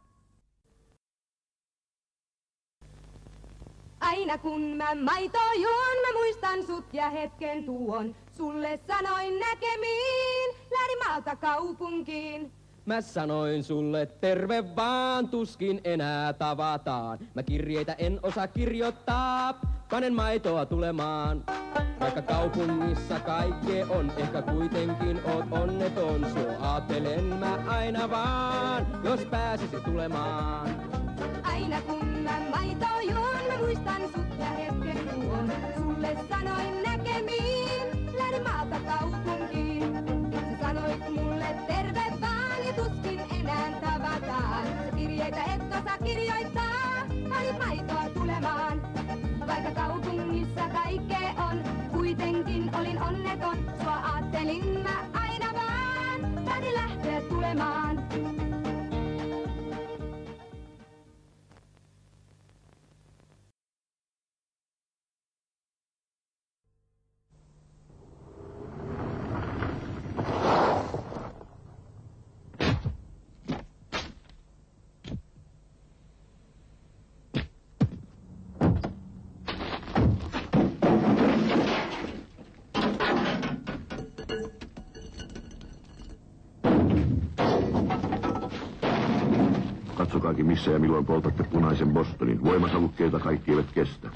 Aina kun mä maitoa juon, mä muistan sut ja hetken tuon. Sulle sanoin näkemiin, lähdin maalta kaupunkiin. Mä sanoin sulle terve vaan, tuskin enää tavataan. Mä kirjeitä en osaa kirjoittaa, panen maitoa tulemaan. Vaikka kaupungissa kaikkea on, ehkä kuitenkin oot onneton. Sua ajattelen mä aina vaan, jos pääsisit tulemaan. Aina kun mä maitoa juon, mä muistan sut ja hetken tuon. Sulle sanoin näkemiin, lähdin maalta kaupunkiin. Sä sanoit mulle terve vaan ja tuskin enää tavataan. Sä kirjeitä et osaa kirjoittaa, panit maitoa tulemaan. Vaikka kaupungissa kaikkea on, kuitenkin olin onneton. Sua aattelin mä aina vaan, päätin lähteä tulemaan. Katsokaakin missä ja milloin poltatte punaisen Bostonin. Voimasavukkeita kaikki eivät kestä.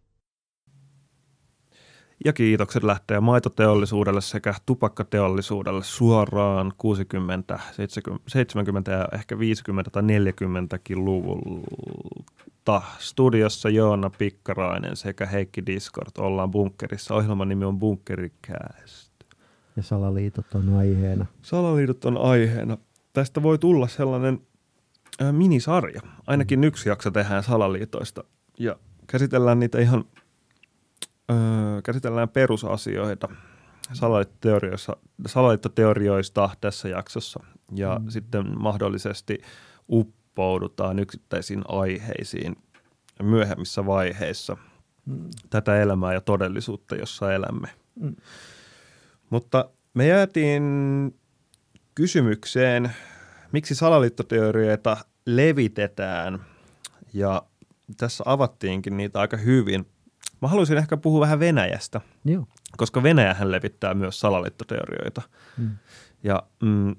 Ja kiitokset lähtee maitoteollisuudelle sekä tupakkateollisuudelle suoraan kuusikymmentä, seitsemänkymmentä ja ehkä viisikymmentä tai neljäkymmentäkin luvulta. Studiossa Joona Pikkarainen sekä Heikki Discord. Ollaan bunkkerissa. Ohjelman nimi on Bunkericast. Ja salaliitot on aiheena. Salaliitot on aiheena. Tästä voi tulla sellainen äh, minisarja. Ainakin yksi jakso tehdään salaliitoista ja käsitellään niitä ihan Öö, käsitellään perusasioita salaliittoteorioista, salaliittoteorioista tässä jaksossa ja mm. sitten mahdollisesti uppoudutaan yksittäisiin aiheisiin myöhemmissä vaiheissa mm. tätä elämää ja todellisuutta, jossa elämme. Mm. Mutta me jäätiin kysymykseen, miksi salaliittoteorioita levitetään ja tässä avattiinkin niitä aika hyvin. Mä haluaisin ehkä puhua vähän Venäjästä, Joo. koska Venäjähän levittää myös salaliittoteorioita. Mm. Ja, mm,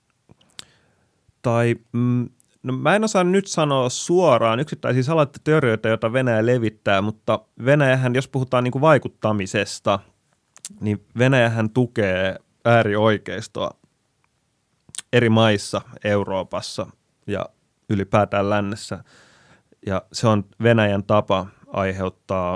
tai, mm, no mä en osaa nyt sanoa suoraan yksittäisiä salaliittoteorioita, joita Venäjä levittää, mutta Venäjähän, jos puhutaan niin kuin vaikuttamisesta, niin Venäjähän tukee äärioikeistoa eri maissa Euroopassa ja ylipäätään lännessä. Ja se on Venäjän tapa aiheuttaa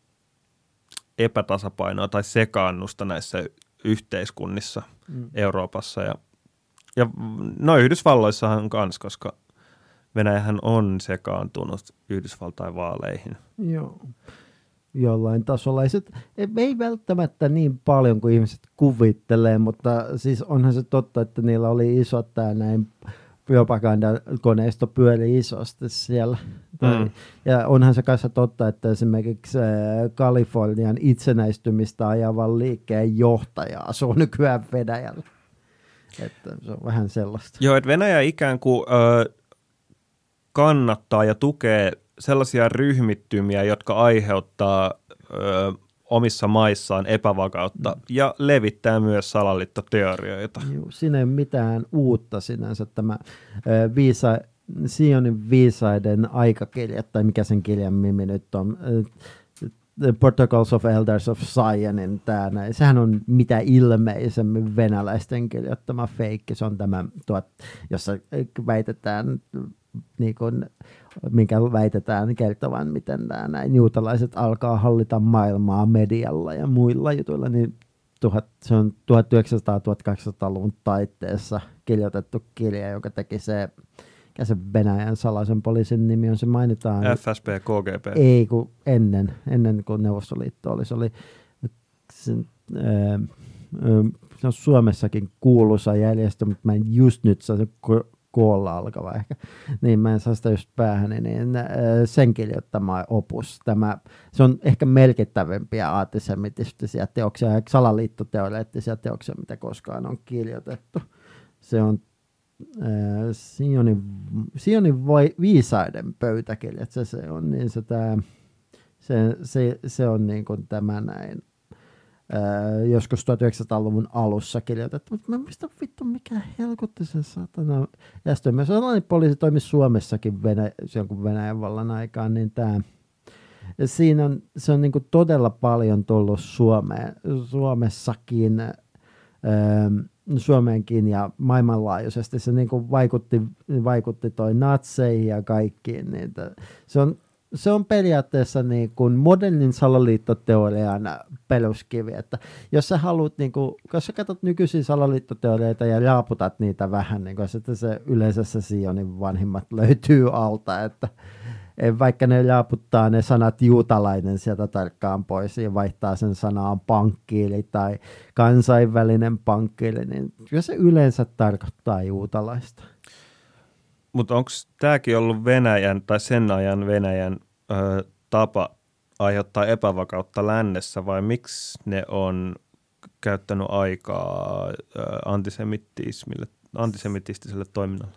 epätasapainoa tai sekaannusta näissä yhteiskunnissa mm. Euroopassa ja, ja no Yhdysvalloissahan kanssa, koska Venäjähän on sekaantunut Yhdysvaltain vaaleihin. Joo, jollain tasolla. Ei, se, ei välttämättä niin paljon kuin ihmiset kuvittelee, mutta siis onhan se totta, että niillä oli iso tämä näin propagandakoneisto pyöri isosti siellä. Mm. Ja onhan se kanssa totta, että esimerkiksi Kalifornian itsenäistymistä ajavan liikkeen johtaja asuu nykyään Venäjällä. Että se on vähän sellaista. Joo, että Venäjä ikään kuin ö, kannattaa ja tukee sellaisia ryhmittymiä, jotka aiheuttaa ö, omissa maissaan epävakautta mm. ja levittää myös salaliittoteorioita. Joo, siinä ei ole mitään uutta sinänsä. Tämä ö, viisa, Sionin viisaiden aikakirja, tai mikä sen kirjan nimi nyt on, The Protocols of Elders of Zionin, tämä näin. Sehän on mitä ilmeisemmin venäläisten kirjoittama feikki. Se on tämä, tuot, jossa väitetään, niin kuin, minkä väitetään kertovan, miten nämä näin juutalaiset alkaa hallita maailmaa medialla ja muilla jutuilla, niin tuhat, se on tuhatyhdeksänsataa-tuhatkahdeksansataaluvun taitteessa kirjoitettu kirja, joka teki se, mikä se Venäjän salaisen poliisin nimi on, se mainitaan. F S B, K G B. Ei, kun ennen, ennen kuin Neuvostoliitto oli, se oli se, ää, se on Suomessakin kuuluisa järjestö, mutta mä en just nyt saa koolla alkava ehkä, niin mä en saa sitä just päähän, niin sen kirjoittama opus. Tämä, se on ehkä merkittävimpiä antisemitistisiä teoksia ja salaliittoteoreettisia teoksia, mitä koskaan on kirjoitettu. Se on äh, Sionin, Sionin vai, viisaiden pöytäkirjat, se, se on niin se, tää, se, se, se on niin kuin tämä näin. Öö, joskus tuhatyhdeksänsataaluvun alussa kirjoitettu, mutta mä en muista vittu mikä helkutti se satana järjestelmä. Sellainen poliisi toimi Suomessakin Venä, jonkun Venäjän vallan aikaan, niin tää, siinä on, se on niinku todella paljon tullut Suomeen, Suomessakin, öö, Suomeenkin ja maailmanlaajuisesti. Se niinku vaikutti, vaikutti toi natseihin ja kaikkiin. Niin se on Se on periaatteessa niin kuin modernin salaliittoteorian peruskivi, että jos sä haluat, niin kuin, jos sä katsot nykyisiä salaliittoteorioita ja raaputat niitä vähän, niin kuin, sitten se yleensä se Sionin vanhimmat löytyy alta, että vaikka ne raaputtaa ne sanat juutalainen sieltä tarkkaan pois ja vaihtaa sen sanaan pankkiiri tai kansainvälinen pankkiiri, niin kyllä se yleensä tarkoittaa juutalaista. Mutta onko tämäkin ollut Venäjän tai sen ajan Venäjän ö, tapa aiheuttaa epävakautta lännessä vai miksi ne on käyttänyt aikaa ö, antisemitismille, antisemitistiselle toiminnalle?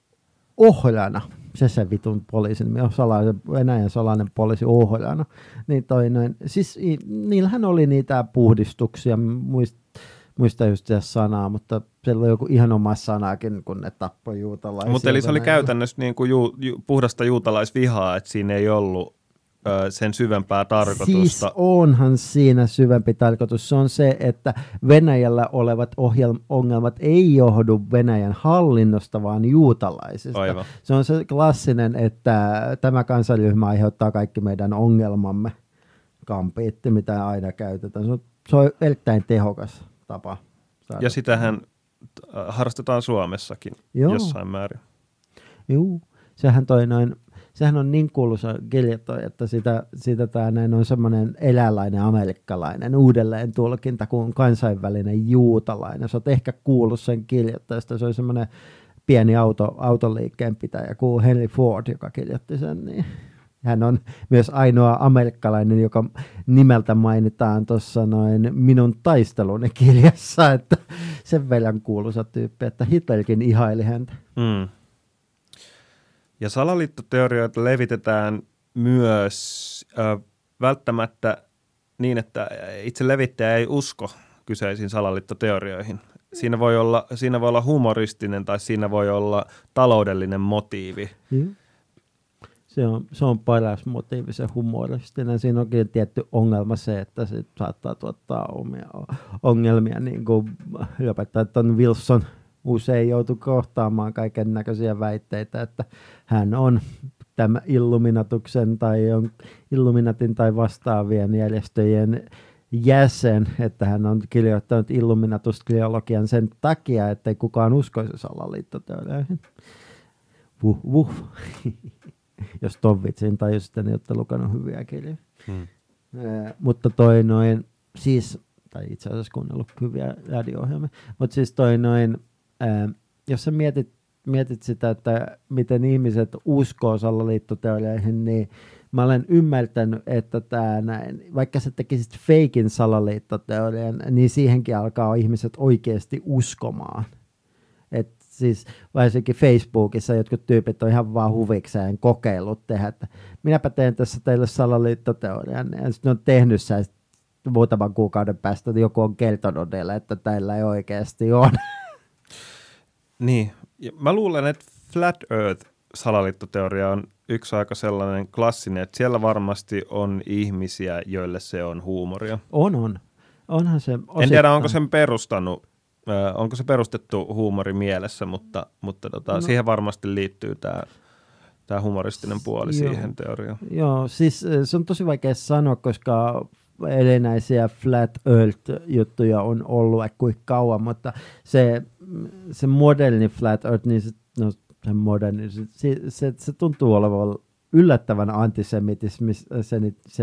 Ohrana, se se vitun poliisin, salainen, Venäjän salainen poliisi Ohrana, niin toi noin, siis niillähän oli niitä puhdistuksia, muist, muista just sitä sanaa, mutta siellä oli joku ihan oma sanakin, kun ne tappoi juutalaisia. Mutta eli se oli käytännössä niin kuin ju, ju, puhdasta juutalaisvihaa, että siinä ei ollut ö, sen syvempää tarkoitusta. Siis onhan siinä syvempi tarkoitus. Se on se, että Venäjällä olevat ohjelm- ongelmat ei johdu Venäjän hallinnosta, vaan juutalaisista. Aivan. Se on se klassinen, että tämä kansanryhmä aiheuttaa kaikki meidän ongelmamme. Kampiitti, mitä aina käytetään. Se on, se on erittäin tehokas tapa. Saada. Ja sitähän harrastetaan Suomessakin Joo. jossain määrin. Joo, sehän toi noin, sehän on niin kuuluisa kirjoitto, että sitä, sitä tää näin on semmoinen eläinlainen amerikkalainen uudelleen tulkinta kuin kansainvälinen juutalainen. Sä oot ehkä kuullut sen kirjoittajasta, se on semmoinen pieni auto, autoliikkeen pitäjä kuin Henry Ford, joka kirjoitti sen, niin hän on myös ainoa amerikkalainen, joka nimeltä mainitaan tuossa noin Minun taisteluni kirjassa, että sen verran kuuluisa tyyppi, että Hitlerkin ihaili häntä. Mm. Ja salaliittoteorioita levitetään myös ö, välttämättä niin, että itse levittäjä ei usko kyseisiin salaliittoteorioihin. Siinä voi olla, siinä voi olla humoristinen tai siinä voi olla taloudellinen motiivi. Mm. Se on, se on paras motiivi, se humoristinen. Siinä onkin tietty ongelma se, että se saattaa tuottaa omia ongelmia, niin kuin opettajat on Wilson usein joutui kohtaamaan kaiken näköisiä väitteitä, että hän on tämä Illuminatuksen tai on Illuminatin tai vastaavien järjestöjen jäsen, että hän on kirjoittanut Illuminatus-trilogian sen takia, ettei kukaan uskoisi salaliittoteorioihin. Vuh, vuh. Jos ton vitsin tai sitten ei olette lukenut hyviä kirjoja. Hmm. Eh, mutta toi noin, siis, tai itse asiassa kuunnellut hyviä radio-ohjelmia, mutta siis toi noin, eh, jos sä mietit, mietit sitä, että miten ihmiset uskoo salaliittoteorioihin, niin mä olen ymmärtänyt, että tää näin, vaikka sä tekisit feikin salaliittoteorian, niin siihenkin alkaa ihmiset oikeasti uskomaan. Et siis varsinkin Facebookissa jotkut tyypit on ihan vaan huvikseen kokeillut tehdä, että minäpä teen tässä teille salaliittoteorian, ja sitten on tehnyt sen muutaman kuukauden päästä, että joku on kertonut teille, että tällä ei oikeasti ole. Niin, ja mä luulen, että Flat Earth-salaliittoteoria on yksi aika sellainen klassinen, että siellä varmasti on ihmisiä, joille se on huumoria. On, on. Onhan se osittain. En tiedä, onko sen perustanut, äh, onko se perustettu huumori mielessä, mutta, mutta tota, no. siihen varmasti liittyy tämä tämä humoristinen puoli Joo. siihen teoriaan. Joo, siis se on tosi vaikea sanoa, koska erinäisiä Flat Earth-juttuja on ollut kuinka kauan, mutta se, se moderni Flat Earth, niin se, no, se moderni, se, se, se tuntuu olevan yllättävän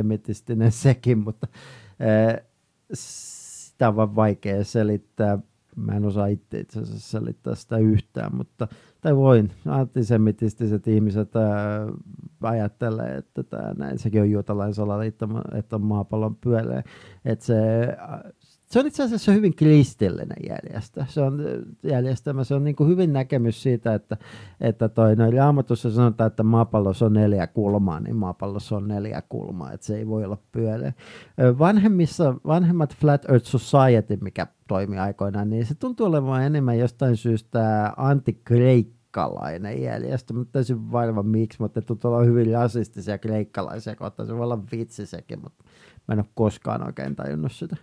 antisemitistinen sekin, mutta äh, sitä on vaan vaikea selittää. mä en osaa itse itse asiassa selittää sitä yhtään, mutta tai voin. Antisemitistiset ihmiset ää, ajattelee, että tää, näin, sekin on juutalainen salaliitto, että on maapallon pyöreä. Että se, se on itse asiassa hyvin kristillinen järjestö. Se on järjestelmä, se on niin kuin hyvin näkemys siitä, että, että toi, no, Raamatussa sanotaan, että maapallossa on neljä kulmaa, niin maapallossa on neljä kulmaa, että se ei voi olla pyöreä. Vanhemmissa, vanhemmat Flat Earth Society, mikä toimi aikoinaan, niin se tuntuu olevan enemmän jostain syystä antikreikkalainen järjestö. Mä täysin varma miksi, mutta tuntuu olla hyvin rasistisia kreikkalaisia kohtaan. Se voi olla vitsi sekin, mutta mä en ole koskaan oikein tajunnut sitä.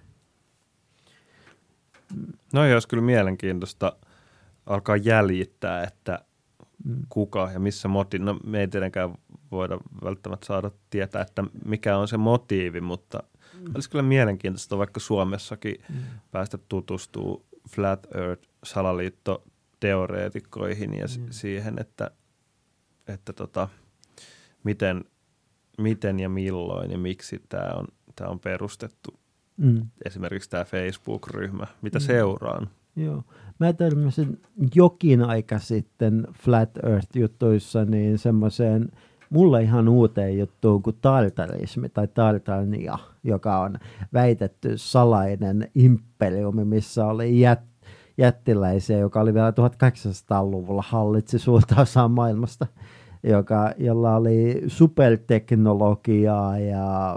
No olisi kyllä mielenkiintoista alkaa jäljittää, että kuka ja missä motiivi. No me ei tietenkään voida välttämättä saada tietää, että mikä on se motiivi, mutta olisi kyllä mielenkiintoista vaikka Suomessakin mm. päästä tutustumaan Flat Earth-salaliittoteoreetikkoihin ja mm. siihen, että, että tota, miten, miten ja milloin ja miksi tämä on, tämä on perustettu. Mm. Esimerkiksi tämä Facebook-ryhmä, mitä mm. seuraan. Joo. Mä törmäsin jokin aika sitten Flat Earth-jutuissa niin semmoiseen mulle ihan uuteen juttuun kuin tartarismi tai tartarnia, joka on väitetty salainen imperiumi, missä oli jät, jättiläisiä, joka oli vielä tuhatkahdeksansataaluvulla hallitsi suurta osaa maailmasta, joka, jolla oli superteknologiaa ja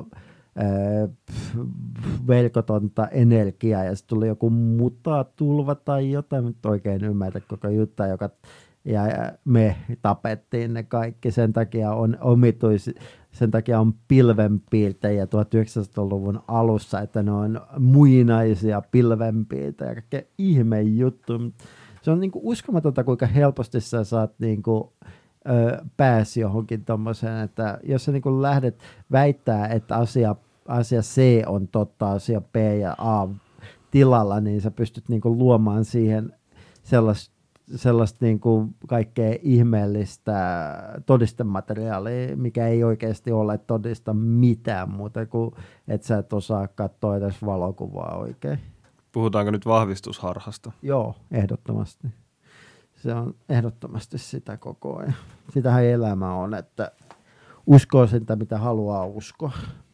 velkotonta energiaa ja sitten tuli joku mutatulva tai jotain, mutta oikein ymmärrä koko juttua, joka ja me tapettiin ne kaikki, sen takia on omituisi, sen takia on pilvenpiirtejä tuhatyhdeksänsataaluvun alussa, että ne on muinaisia pilvenpiirtejä, kaikkea ihme juttu. Se on niinku uskomatonta, kuinka helposti sä saat niinku ö, pääsi johonkin tommoseen, että jos sä niinku lähdet väittää, että asia, asia C on totta, asia B ja A tilalla, niin sä pystyt niinku luomaan siihen sellaista sellaista niin kuin kaikkea ihmeellistä todistemateriaalia, mikä ei oikeasti ole todista mitään muuta kuin, että sä et osaa katsoa edes valokuvaa oikein. Puhutaanko nyt vahvistusharhasta? Joo, ehdottomasti. Se on ehdottomasti sitä koko ajan. Sitähän elämä on, että uskoo sitä, mitä haluaa uskoa.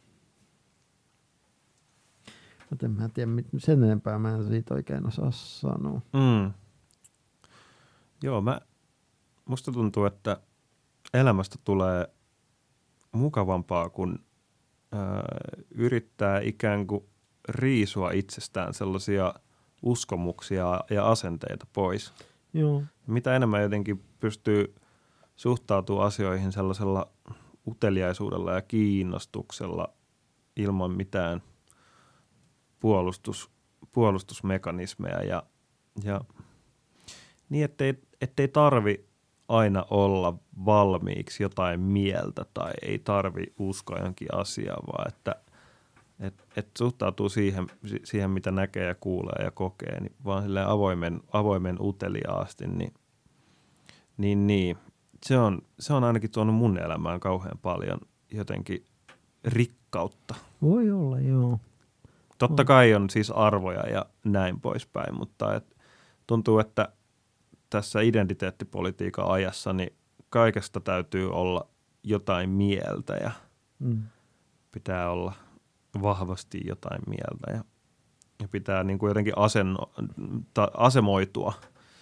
Mutta en mä tiedä, sen enempää mä en siitä oikein osaa sanoa. Mm. Joo, mä, musta tuntuu, että elämästä tulee mukavampaa, kun ää, yrittää ikään kuin riisua itsestään sellaisia uskomuksia ja asenteita pois. Joo. Mitä enemmän jotenkin pystyy suhtautumaan asioihin sellaisella uteliaisuudella ja kiinnostuksella ilman mitään puolustus, puolustusmekanismeja ja, ja niin, ettei, ettei tarvi aina olla valmiiksi jotain mieltä tai ei tarvi uskoa johonkin asiaan, vaan että et, et suhtautuu siihen, siihen, mitä näkee ja kuulee ja kokee, niin vaan silleen avoimen, avoimen uteliaasti, niin, niin, niin se, on, se on ainakin tuonut mun elämään kauhean paljon jotenkin rikkautta. Voi olla, joo. Totta kai on siis arvoja ja näin poispäin, mutta et tuntuu, että tässä identiteettipolitiikan ajassa niin kaikesta täytyy olla jotain mieltä ja mm. pitää olla vahvasti jotain mieltä ja, ja pitää niin kuin jotenkin asenno, ta, asemoitua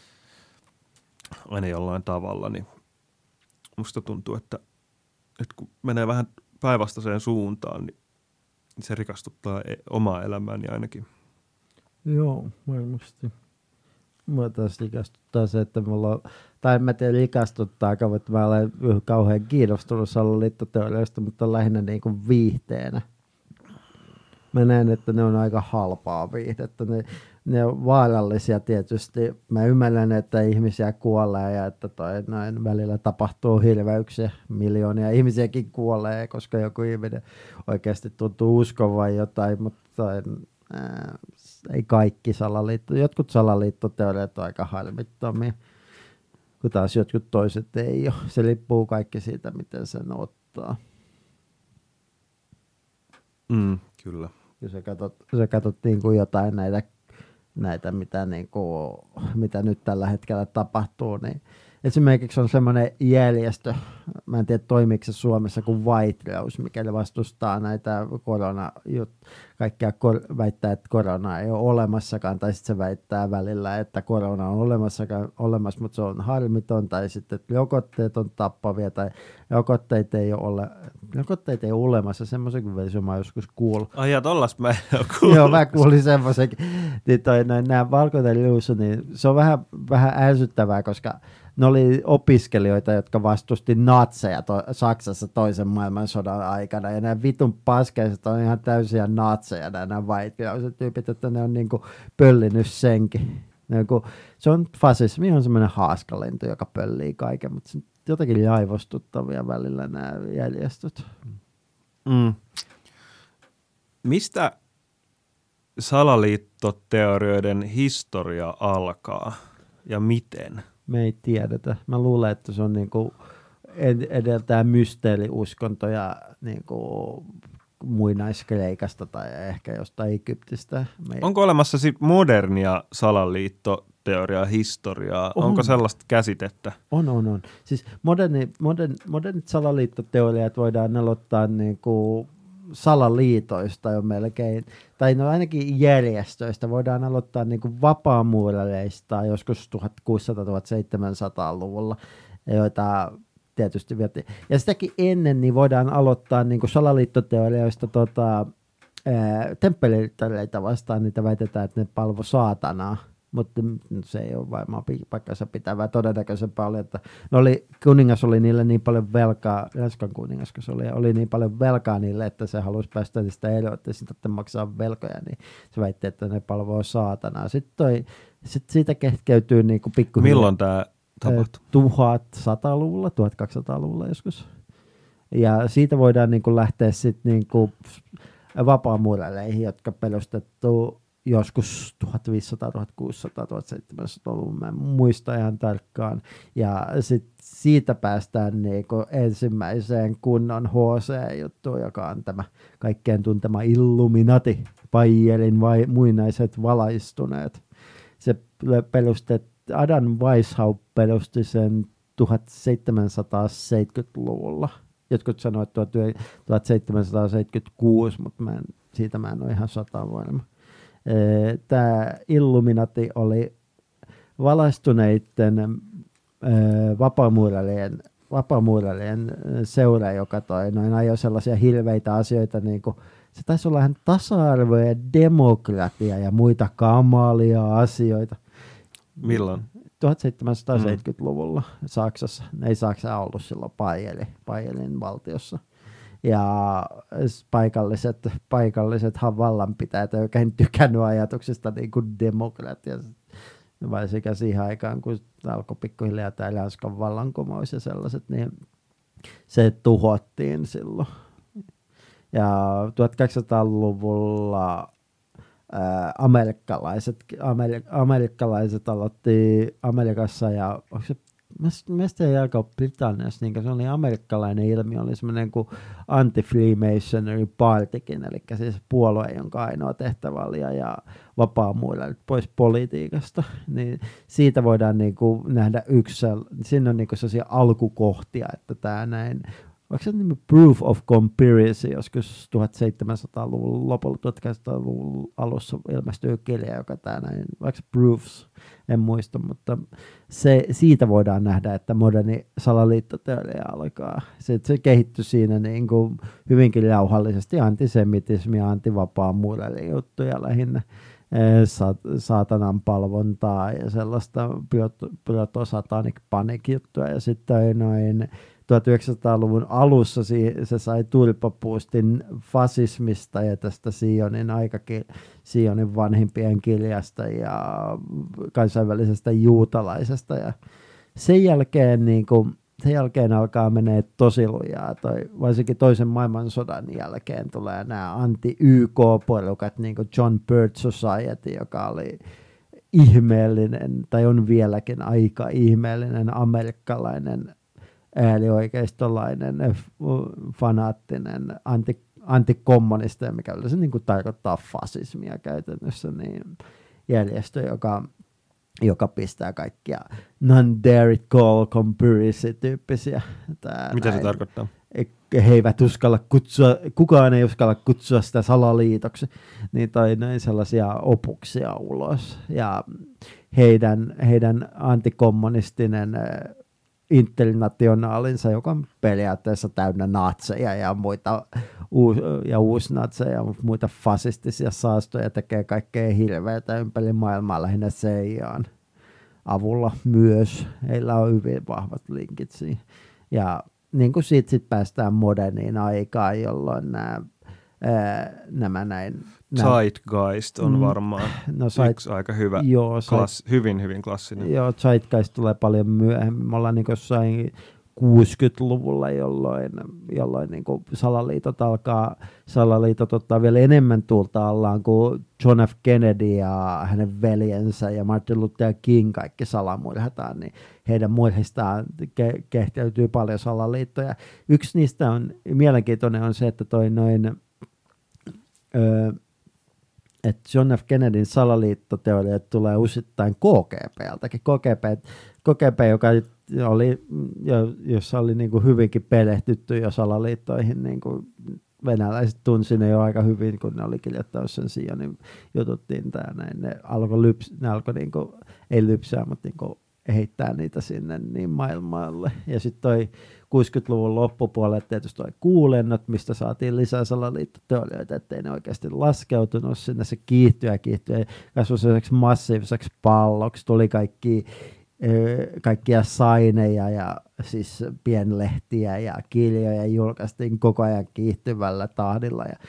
aina jollain tavalla, niin musta tuntuu, että, että kun menee vähän päinvastaiseen suuntaan, niin se rikastuttaa omaa elämääni ainakin. Joo, varmasti. Mua taas rikastuttaa se, että mulla on, tai en mä tiedä rikastuttaako, mutta mä olen kauhean kiinnostunut salaliittoteorioista, mutta lähinnä niin kuin viihteenä. Mä näen, että ne on aika halpaa viihdettä. Ne, ne on vaarallisia tietysti. Mä ymmärrän, että ihmisiä kuolee ja että toi noin välillä tapahtuu hirveyksiä. Miljoonia ihmisiäkin kuolee, koska joku ihminen oikeasti tuntuu uskovan jotain, mutta toi, ää, ei kaikki salaliitto. Jotkut salaliittoteoriat on aika harmittomia, kun taas jotkut toiset ei ole. Se riippuu kaikki siitä, miten sen ottaa. Mm, kyllä. Jos sä katsot, sä katsot niin kuin jotain näitä näitä mitä, niin kuin, mitä nyt tällä hetkellä tapahtuu, niin esimerkiksi on semmoinen järjestö, mä en tiedä toimiiko se Suomessa kuin White Rose, mikäli vastustaa näitä korona, kaikkea kor, väittää, että korona ei ole olemassakaan, tai sitten se väittää välillä, että korona on olemassakaan, olemassa, mutta se on harmiton, tai sitten että rokotteet on tappavia, tai rokotteet ei ole, ole rokotteet ei ole olemassa, semmoisen kuin versio mä joskus kuullut. Ai ja tollas mä en ole kuullut. Joo, mä kuulin semmoisenkin. Niin toi, noin, nämä valkoinen liusu, niin se on vähän, vähän ärsyttävää, koska ne oli opiskelijoita, jotka vastusti natseja to- Saksassa toisen maailmansodan aikana, ja nämä vitun paskeiset on ihan täysiä natseja, nämä vaikeauset tyypit, että ne on niinku pöllinyt senkin. Niinku, se on fasismi, on semmoinen haaskalintu, joka pöllii kaiken, mutta se on jotenkin laivostuttavia välillä nämä järjestöt. Mm. Mistä salaliittoteorioiden historia alkaa ja miten? Me ei tiedetä. Mä luulen, että se on niinku edeltää mysteeriuskontoja niinku muinaiskreikasta tai ehkä jostain Egyptistä. Me... Onko olemassa modernia salaliittoteoriaa, historiaa? On. Onko sellaista käsitettä? On, on, on. Siis moderni, modern, modernit salaliittoteoriat voidaan aloittaa niinku salaliitoista jo melkein, tai no ainakin järjestöistä voidaan aloittaa niin kuin vapaamuurareista joskus tuhatkuusisataa-seitsemänsataa-luvulla, joita tietysti vietiin. Ja sitäkin ennen niin voidaan aloittaa niin kuin salaliittoteorioista tota, temppelirittareita vastaan, niitä väitetään, että ne palvo saatanaa. Mutta se ei ole varmaan paikkansa pitävää. Todennäköisempää oli, että no oli, kuningas oli niille niin paljon velkaa, Ranskan kuningas, kun se oli, oli niin paljon velkaa niille, että se halusi päästä niistä eroon, että sitten maksaa velkoja, niin se väitti, että ne palvoo saatanaa. Sitten toi, sit siitä kehkeytyy niin kuin pikkuhiljaa. Milloin tämä tapahtui? tuhatsataa-luvulla, tuhatkaksisataa-luvulla joskus. Ja siitä voidaan niin kuin lähteä sitten niin kuin vapaamuurareihin, jotka perustettu joskus tuhatviisisataa, tuhatkuusisataa, tuhatseitsemänsataa-luvun, mä en muista ihan tarkkaan. Ja sitten siitä päästään niinku ensimmäiseen kunnon H C-juttuun, joka on tämä kaikkeen tuntema Illuminati, Bayerin vai muinaiset valaistuneet. Se perustettiin, Adam Weishaupt perusti sen tuhatseitsemänsataaseitsemänkymmentäluvulla. Jotkut sanoivat, että tuhatseitsemänsataaseitsemänkymmentäkuusi, mutta mä en, siitä mä en ole ihan sata varma. Tämä Illuminati oli valaistuneiden vapaamuurarien, vapaamuurarien seura, joka toi noin ajoi sellaisia hirveitä asioita, niin kuin, se taisi olla ihan tasa-arvo ja demokratia ja muita kamalia asioita. Milloin? tuhatseitsemänsataaseitsemänkymmentäluvulla Saksassa. Ei Saksa ollut silloin Bayerin, Bayerin valtiossa. Ja paikalliset, paikallisethan vallanpitäjät ei oikein tykännyt ajatuksista niin kuin demokratiasta, varsinkin siihen aikaan, kun alkoi pikkuhiljaa tämä Ranskan vallankumous ja sellaiset, niin se tuhottiin silloin. Ja tuhatkahdeksansataaluvulla ää, amerikkalaiset, amer, amerikkalaiset aloitti Amerikassa ja onko se Mielestäni ei alkaa Britanniassa, niin se oli amerikkalainen ilmiö, oli semmoinen kuin anti-Freemasonry partikin, eli siis puolue, jonka ainoa tehtävä oli ja vapaamuurarit pois politiikasta, niin siitä voidaan niin kuin nähdä yksi, siinä on niin kuin sellaisia alkukohtia, että tämä näin, vaikka se nimi Proof of Conspiracy, joskus tuhatseitsemänsataaluvun lopulla, tuhatkahdeksansataaluvun alussa ilmestyy kirja, joka tämä näin, vaikka Proofs, en muista, mutta se, siitä voidaan nähdä, että moderni salaliittoteoria alkaa. Se, se kehittyi siinä niin kuin hyvinkin rauhallisesti, antisemitismi ja antivapaamuurarin juttuja lähinnä, saatanan palvontaa ja sellaista proto-satanic panic-juttua, ja sitten noin tuhatyhdeksänsataaluvun alussa se sai turpapuustin fasismista ja tästä Sionin, aikakin, Sionin vanhimpien kirjasta ja kansainvälisestä juutalaisesta. Ja sen jälkeen, niin kuin, sen jälkeen alkaa menee tosi lujaa. Toi, varsinkin toisen maailmansodan jälkeen tulee nämä anti-Y K-porukat, niin kuin John Birch Society, joka oli ihmeellinen, tai on vieläkin aika ihmeellinen amerikkalainen äärioikeistolainen, fanaattinen, anti, antikommunisti, mikä yleensä niin kuin tarkoittaa fasismia käytännössä. Niin. järjestö, joka, joka pistää kaikkia non-dairy call conspiracy-tyyppisiä. Tää Mitä näin. se tarkoittaa? He eivät uskalla kutsua, kukaan ei uskalla kutsua sitä salaliitoksi, niin toi noin sellaisia opuksia ulos. Ja heidän, heidän antikommunistinen internationaalinsa, joka on periaatteessa täynnä natseja ja muita uus, ja uusnatseja ja muita fasistisia saastoja, tekee kaikkea hirveätä ympäri maailmaa lähinnä C I A:n avulla myös. Heillä on hyvin vahvat linkit siihen. Ja niin kuin siitä sit päästään moderniin aikaan, jolloin nämä, ää, nämä näin... Zeitgeist on mm, varmaan no, zeit, yksi aika hyvä, joo, klass, zeit, hyvin, hyvin klassinen. Joo, Zeitgeist tulee paljon myöhemmin. Me ollaan niin jossain kuusikymmentäluvulla, jolloin, jolloin niin kuin salaliitot alkaa, salaliitot ottaa vielä enemmän tuulta allaan kuin John F. Kennedy ja hänen veljensä ja Martin Luther King kaikki salamurhataan, niin heidän murhistaan ke- kehteytyy paljon salaliittoja. Yksi niistä on, mielenkiintoinen on se, että toi noin, öö, että John F. Kennedyn salaliittoteoriat tulee osittain K G P:ltäkin. K G P, K G P joka oli, jossa oli niin kuin hyvinkin perehtytty jo salaliittoihin, niin kuin venäläiset tunsi ne jo aika hyvin, kun ne oli kirjoittanut sen sijaan, niin jututtiin tämä näin. Ne alkoi, lyps, ne alkoi niin kuin, ei lypsää, mutta niin kuin heittää niitä sinne niin maailmalle. Ja sitten toi kuusikymmentäluvun loppupuolelle tietysti toi kuulennot, mistä saatiin lisää salaliittoteorioita, ettei ne oikeasti laskeutunut sinne. Se kiihtyi ja kiihtyi ja kasvoi sellaiseksi massiiviseksi palloksi. Tuli kaikki, kaikkia saineja ja siis pienlehtiä ja kirjoja julkaistiin koko ajan kiihtyvällä tahdilla. Ja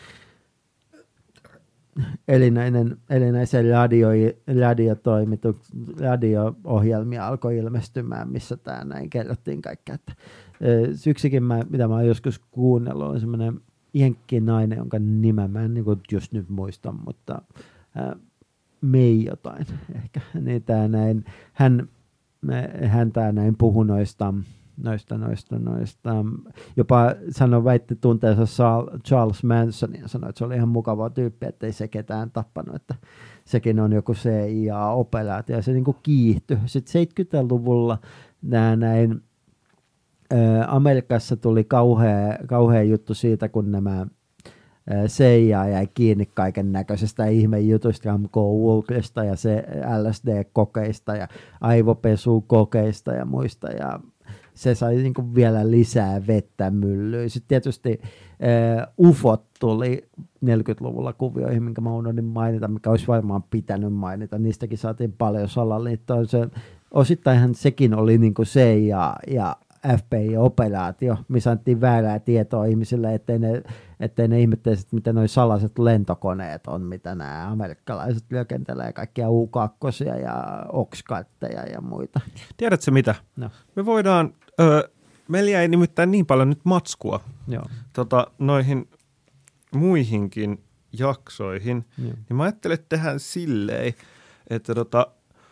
Elinäinen, elinäisen radio, radiotoimitu, radio-ohjelmia alkoi ilmestymään, missä tämä näin kerrottiin kaikkea. Että, yksikin, mä, mitä mä oon joskus kuunnellut, on semmoinen jenkkinainen, jonka nimen mä en niin just nyt muista, mutta ää, Mei jotain ehkä. Niin tää näin, hän, hän tää näin puhui noista, noista, noista, noista. Jopa sanoi, väitti tunteensa Charles Mansonin ja sanoi, että se oli ihan mukava tyyppi, ettei se ketään tappanut, että sekin on joku C I A-operaatio ja se niin kuin kiihtyi. Sitten seitsemänkymmentäluvulla nämä näin, ää, Amerikassa tuli kauhea, kauhea juttu siitä, kun nämä C I A jäi kiinni kaiken näköisestä ihmejutuista, M K Ultrasta ja se L S D-kokeista ja aivopesukokeista ja muista ja se sai niin kuin vielä lisää vettä myllyyn. Sitten tietysti äh, U F Ot tuli neljäkymmentäluvulla kuvioihin, minkä mä unohdin mainita, mikä olisi varmaan pitänyt mainita. Niistäkin saatiin paljon salaliittoa. Se, osittainhan sekin oli niin kuin C I A ja F B I-operaatio, missä annettiin väärää tietoa ihmisille, ettei ne, ettei ne ihmettelisi, mitä nuo salaiset lentokoneet on, mitä nämä amerikkalaiset lyökentelee, kaikkia U kaksi ja Oxcartteja ja muita. Tiedätkö mitä? No. Me voidaan, öö, meillä jäi nimittäin niin paljon nyt matskua Joo. Tota, noihin muihinkin jaksoihin, Joo. niin mä ajattelin, että tehdään silleen, että tota,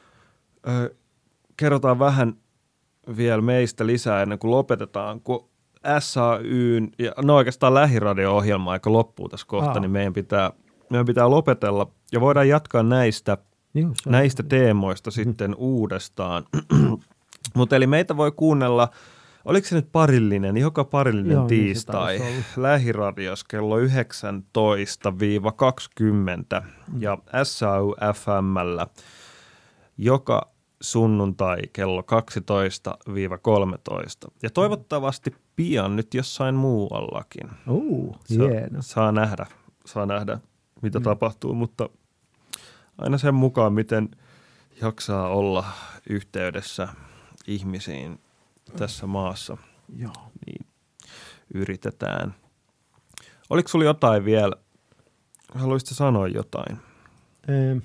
öö, kerrotaan vähän vielä meistä lisää ennen kuin lopetetaan, kun S A Y:n ja no oikeastaan lähiradio-ohjelma aika loppuu tässä kohta, Aa. niin meidän pitää, meidän pitää lopetella ja voidaan jatkaa näistä, Joo, näistä teemoista sitten uudestaan. Mutta eli meitä voi kuunnella, oliko se nyt parillinen, joka parillinen Joo, tiistai niin lähiradios kello yhdeksäntoista kaksikymmentä mm. ja S A Y F M:llä joka sunnuntai kello kaksitoista kolmetoista. Ja toivottavasti pian nyt jossain muuallakin. Uh, saa, saa nähdä, saa nähdä, mitä mm. tapahtuu, mutta aina sen mukaan, miten jaksaa olla yhteydessä ihmisiin tässä maassa, Joo. niin yritetään. Oliko sulla jotain vielä? Haluaisitko sanoa jotain? Ähm.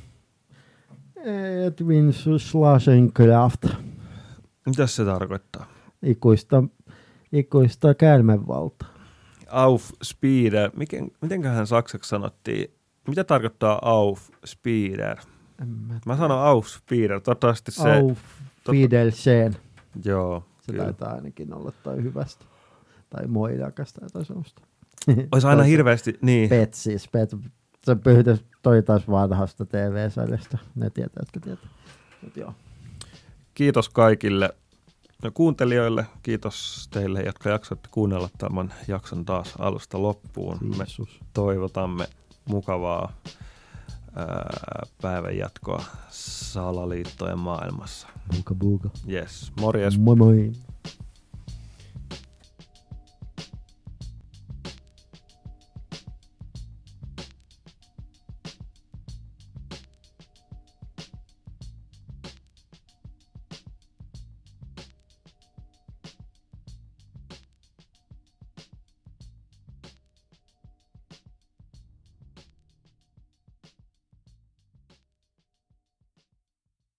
Edwin Slasenkraft. Mitäs se tarkoittaa? Ikuista, ikuista käärmenvaltaa. Auf Speeder. Miten, mitenköhän saksaksi sanottiin? Mitä tarkoittaa Auf Speeder? Mä, Mä sanon Auf Speeder. Toivottavasti se... Auf Fidelsen. Joo. Se kyllä. Taitaa ainakin olla tai hyvästä. Tai moidakasta tai sellaista. Olisi aina hirveästi... Niin. Pet siis. Pet, se pyhitys toi taas vanhasta T V-sarjasta. Ne tietää, jotka tietää. Mut joo. Kiitos kaikille kuuntelijoille. Kiitos teille, jotka jaksoitte kuunnella tämän jakson taas alusta loppuun. Kiitos. Me toivotamme mukavaa ää, päivänjatkoa salaliittojen maailmassa. Buuka buuka. Yes, morjes. Moi moi.